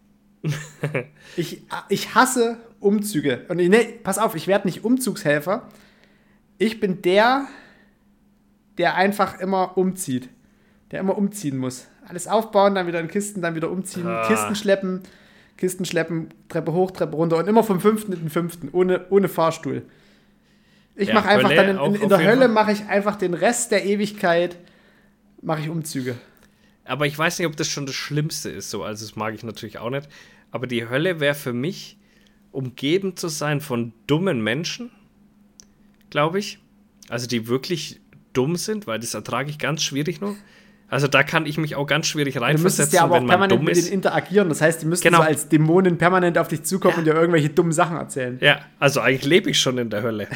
[SPEAKER 5] Ich hasse Umzüge. Und pass auf, ich werde nicht Umzugshelfer. Ich bin der einfach immer umzieht. Der immer umziehen muss. Alles aufbauen, dann wieder in Kisten, dann wieder umziehen. Kisten schleppen, Treppe hoch, Treppe runter. Und immer vom 5. in den 5. ohne Fahrstuhl. Ich mache einfach dann in der Hölle mache ich einfach den Rest der Ewigkeit mache ich Umzüge.
[SPEAKER 4] Aber ich weiß nicht, ob das schon das Schlimmste ist. So. Also das mag ich natürlich auch nicht. Aber die Hölle wäre für mich, umgeben zu sein von dummen Menschen, glaube ich. Also die wirklich dumm sind, weil das ertrage ich ganz schwierig noch. Also da kann ich mich auch ganz schwierig reinversetzen,
[SPEAKER 5] du müsstest ja aber auch permanent mit denen interagieren. Das heißt, die müssten so als Dämonen permanent auf dich zukommen und dir irgendwelche dummen Sachen erzählen.
[SPEAKER 4] Ja, also eigentlich lebe ich schon in der Hölle.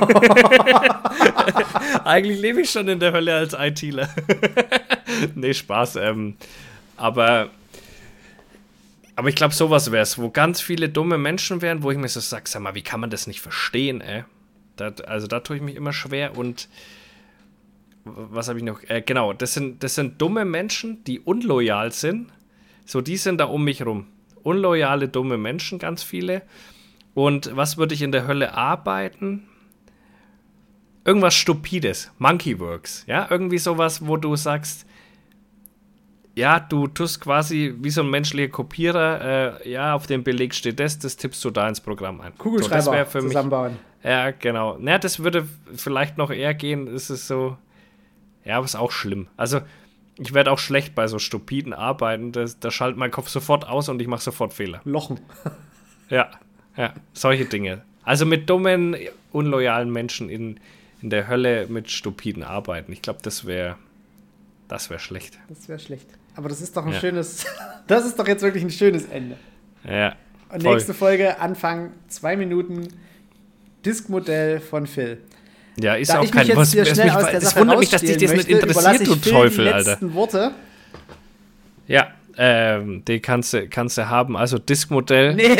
[SPEAKER 4] Eigentlich lebe ich schon in der Hölle als ITler. Nee, Spaß. Aber ich glaube, sowas wäre es, wo ganz viele dumme Menschen wären, wo ich mir so sage, sag mal, wie kann man das nicht verstehen, ey? Da tue ich mich immer schwer und was habe ich noch? Genau, das sind dumme Menschen, die unloyal sind. So, die sind da um mich rum. Unloyale, dumme Menschen, ganz viele. Und was würde ich in der Hölle arbeiten? Irgendwas Stupides. Monkeyworks. Ja, irgendwie sowas, wo du sagst, ja, du tust quasi wie so ein menschlicher Kopierer, auf dem Beleg steht das tippst du da ins Programm ein.
[SPEAKER 5] Kugelschreiber
[SPEAKER 4] so, das für mich,
[SPEAKER 5] zusammenbauen.
[SPEAKER 4] Ja, genau. Ja, das würde vielleicht noch eher gehen, ist es so, ja, aber ist auch schlimm. Also, ich werde auch schlecht bei so stupiden Arbeiten, da schaltet mein Kopf sofort aus und ich mache sofort Fehler.
[SPEAKER 5] Lochen.
[SPEAKER 4] Ja, solche Dinge. Also mit dummen, unloyalen Menschen in der Hölle mit stupiden Arbeiten. Ich glaube, das wäre schlecht.
[SPEAKER 5] Das wäre schlecht. Aber das ist doch ein schönes, das ist doch jetzt wirklich ein schönes Ende.
[SPEAKER 4] Ja.
[SPEAKER 5] Und nächste Folge, Anfang 2 Minuten, Disk-Modell von Phil.
[SPEAKER 4] Ja, ist
[SPEAKER 5] Da
[SPEAKER 4] auch
[SPEAKER 5] ich mich
[SPEAKER 4] kein...
[SPEAKER 5] jetzt hier schnell aus der
[SPEAKER 4] Es
[SPEAKER 5] Sache
[SPEAKER 4] wundert mich, dass dich das nicht
[SPEAKER 5] rausstehlen möchte,
[SPEAKER 4] interessiert, du
[SPEAKER 5] überlasse ich Phil
[SPEAKER 4] Teufel,
[SPEAKER 5] die
[SPEAKER 4] Alter.
[SPEAKER 5] letzten Worte.
[SPEAKER 4] Ja, die kannst du haben. Also Diskmodell.
[SPEAKER 5] Nee.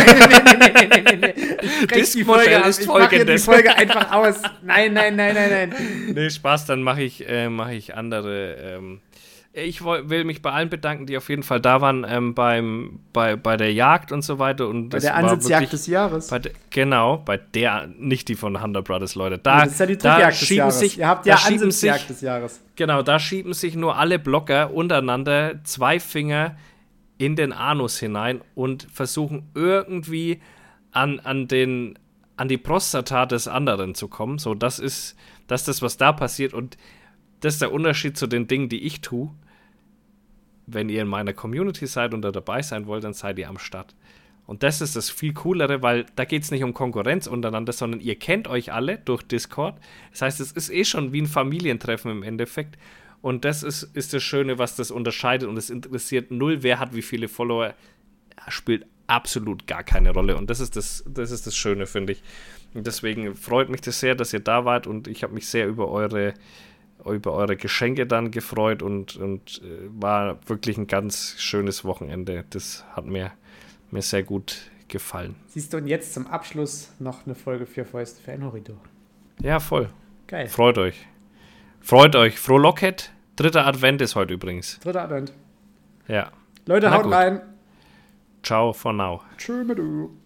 [SPEAKER 4] Diskmodell ist
[SPEAKER 5] Ich mache hier die
[SPEAKER 4] folgendes.
[SPEAKER 5] Folge einfach aus. Nein.
[SPEAKER 4] Nee, Spaß, dann mache ich andere. Ich will mich bei allen bedanken, die auf jeden Fall da waren bei der Jagd und so weiter. Und
[SPEAKER 5] Bei
[SPEAKER 4] das
[SPEAKER 5] der
[SPEAKER 4] war
[SPEAKER 5] Ansitzjagd
[SPEAKER 4] wirklich-
[SPEAKER 5] des Jahres.
[SPEAKER 4] bei der, nicht die von Hunter Brothers, Leute.
[SPEAKER 5] Das ist ja die Trickjagd des Jahres. Ihr habt ja
[SPEAKER 4] da schieben
[SPEAKER 5] Ansitzjagd des Jahres.
[SPEAKER 4] Genau, da schieben sich nur alle Blocker untereinander 2 Finger in den Anus hinein und versuchen irgendwie an die Prostata des anderen zu kommen. So, das ist das, was da passiert. Und das ist der Unterschied zu den Dingen, die ich tue. Wenn ihr in meiner Community seid und da dabei sein wollt, dann seid ihr am Start. Und das ist das viel Coolere, weil da geht es nicht um Konkurrenz untereinander, sondern ihr kennt euch alle durch Discord. Das heißt, es ist eh schon wie ein Familientreffen im Endeffekt. Und das ist das Schöne, was das unterscheidet. Und es interessiert null, wer hat wie viele Follower. Spielt absolut gar keine Rolle. Und das ist das Schöne, finde ich. Und deswegen freut mich das sehr, dass ihr da wart. Und ich habe mich sehr über eure Geschenke dann gefreut. Und war wirklich ein ganz schönes Wochenende. Das hat mir sehr gut gefallen.
[SPEAKER 5] Siehst du, und jetzt zum Abschluss noch eine Folge 4 Fäuste für ein Horridor.
[SPEAKER 4] Ja, voll.
[SPEAKER 5] Geil.
[SPEAKER 4] Freut euch. Frohlocket. 3. Advent ist heute übrigens.
[SPEAKER 5] 3. Advent.
[SPEAKER 4] Ja.
[SPEAKER 5] Leute,
[SPEAKER 4] Na
[SPEAKER 5] haut
[SPEAKER 4] gut.
[SPEAKER 5] rein.
[SPEAKER 4] Ciao for now.
[SPEAKER 5] Tschö mit du.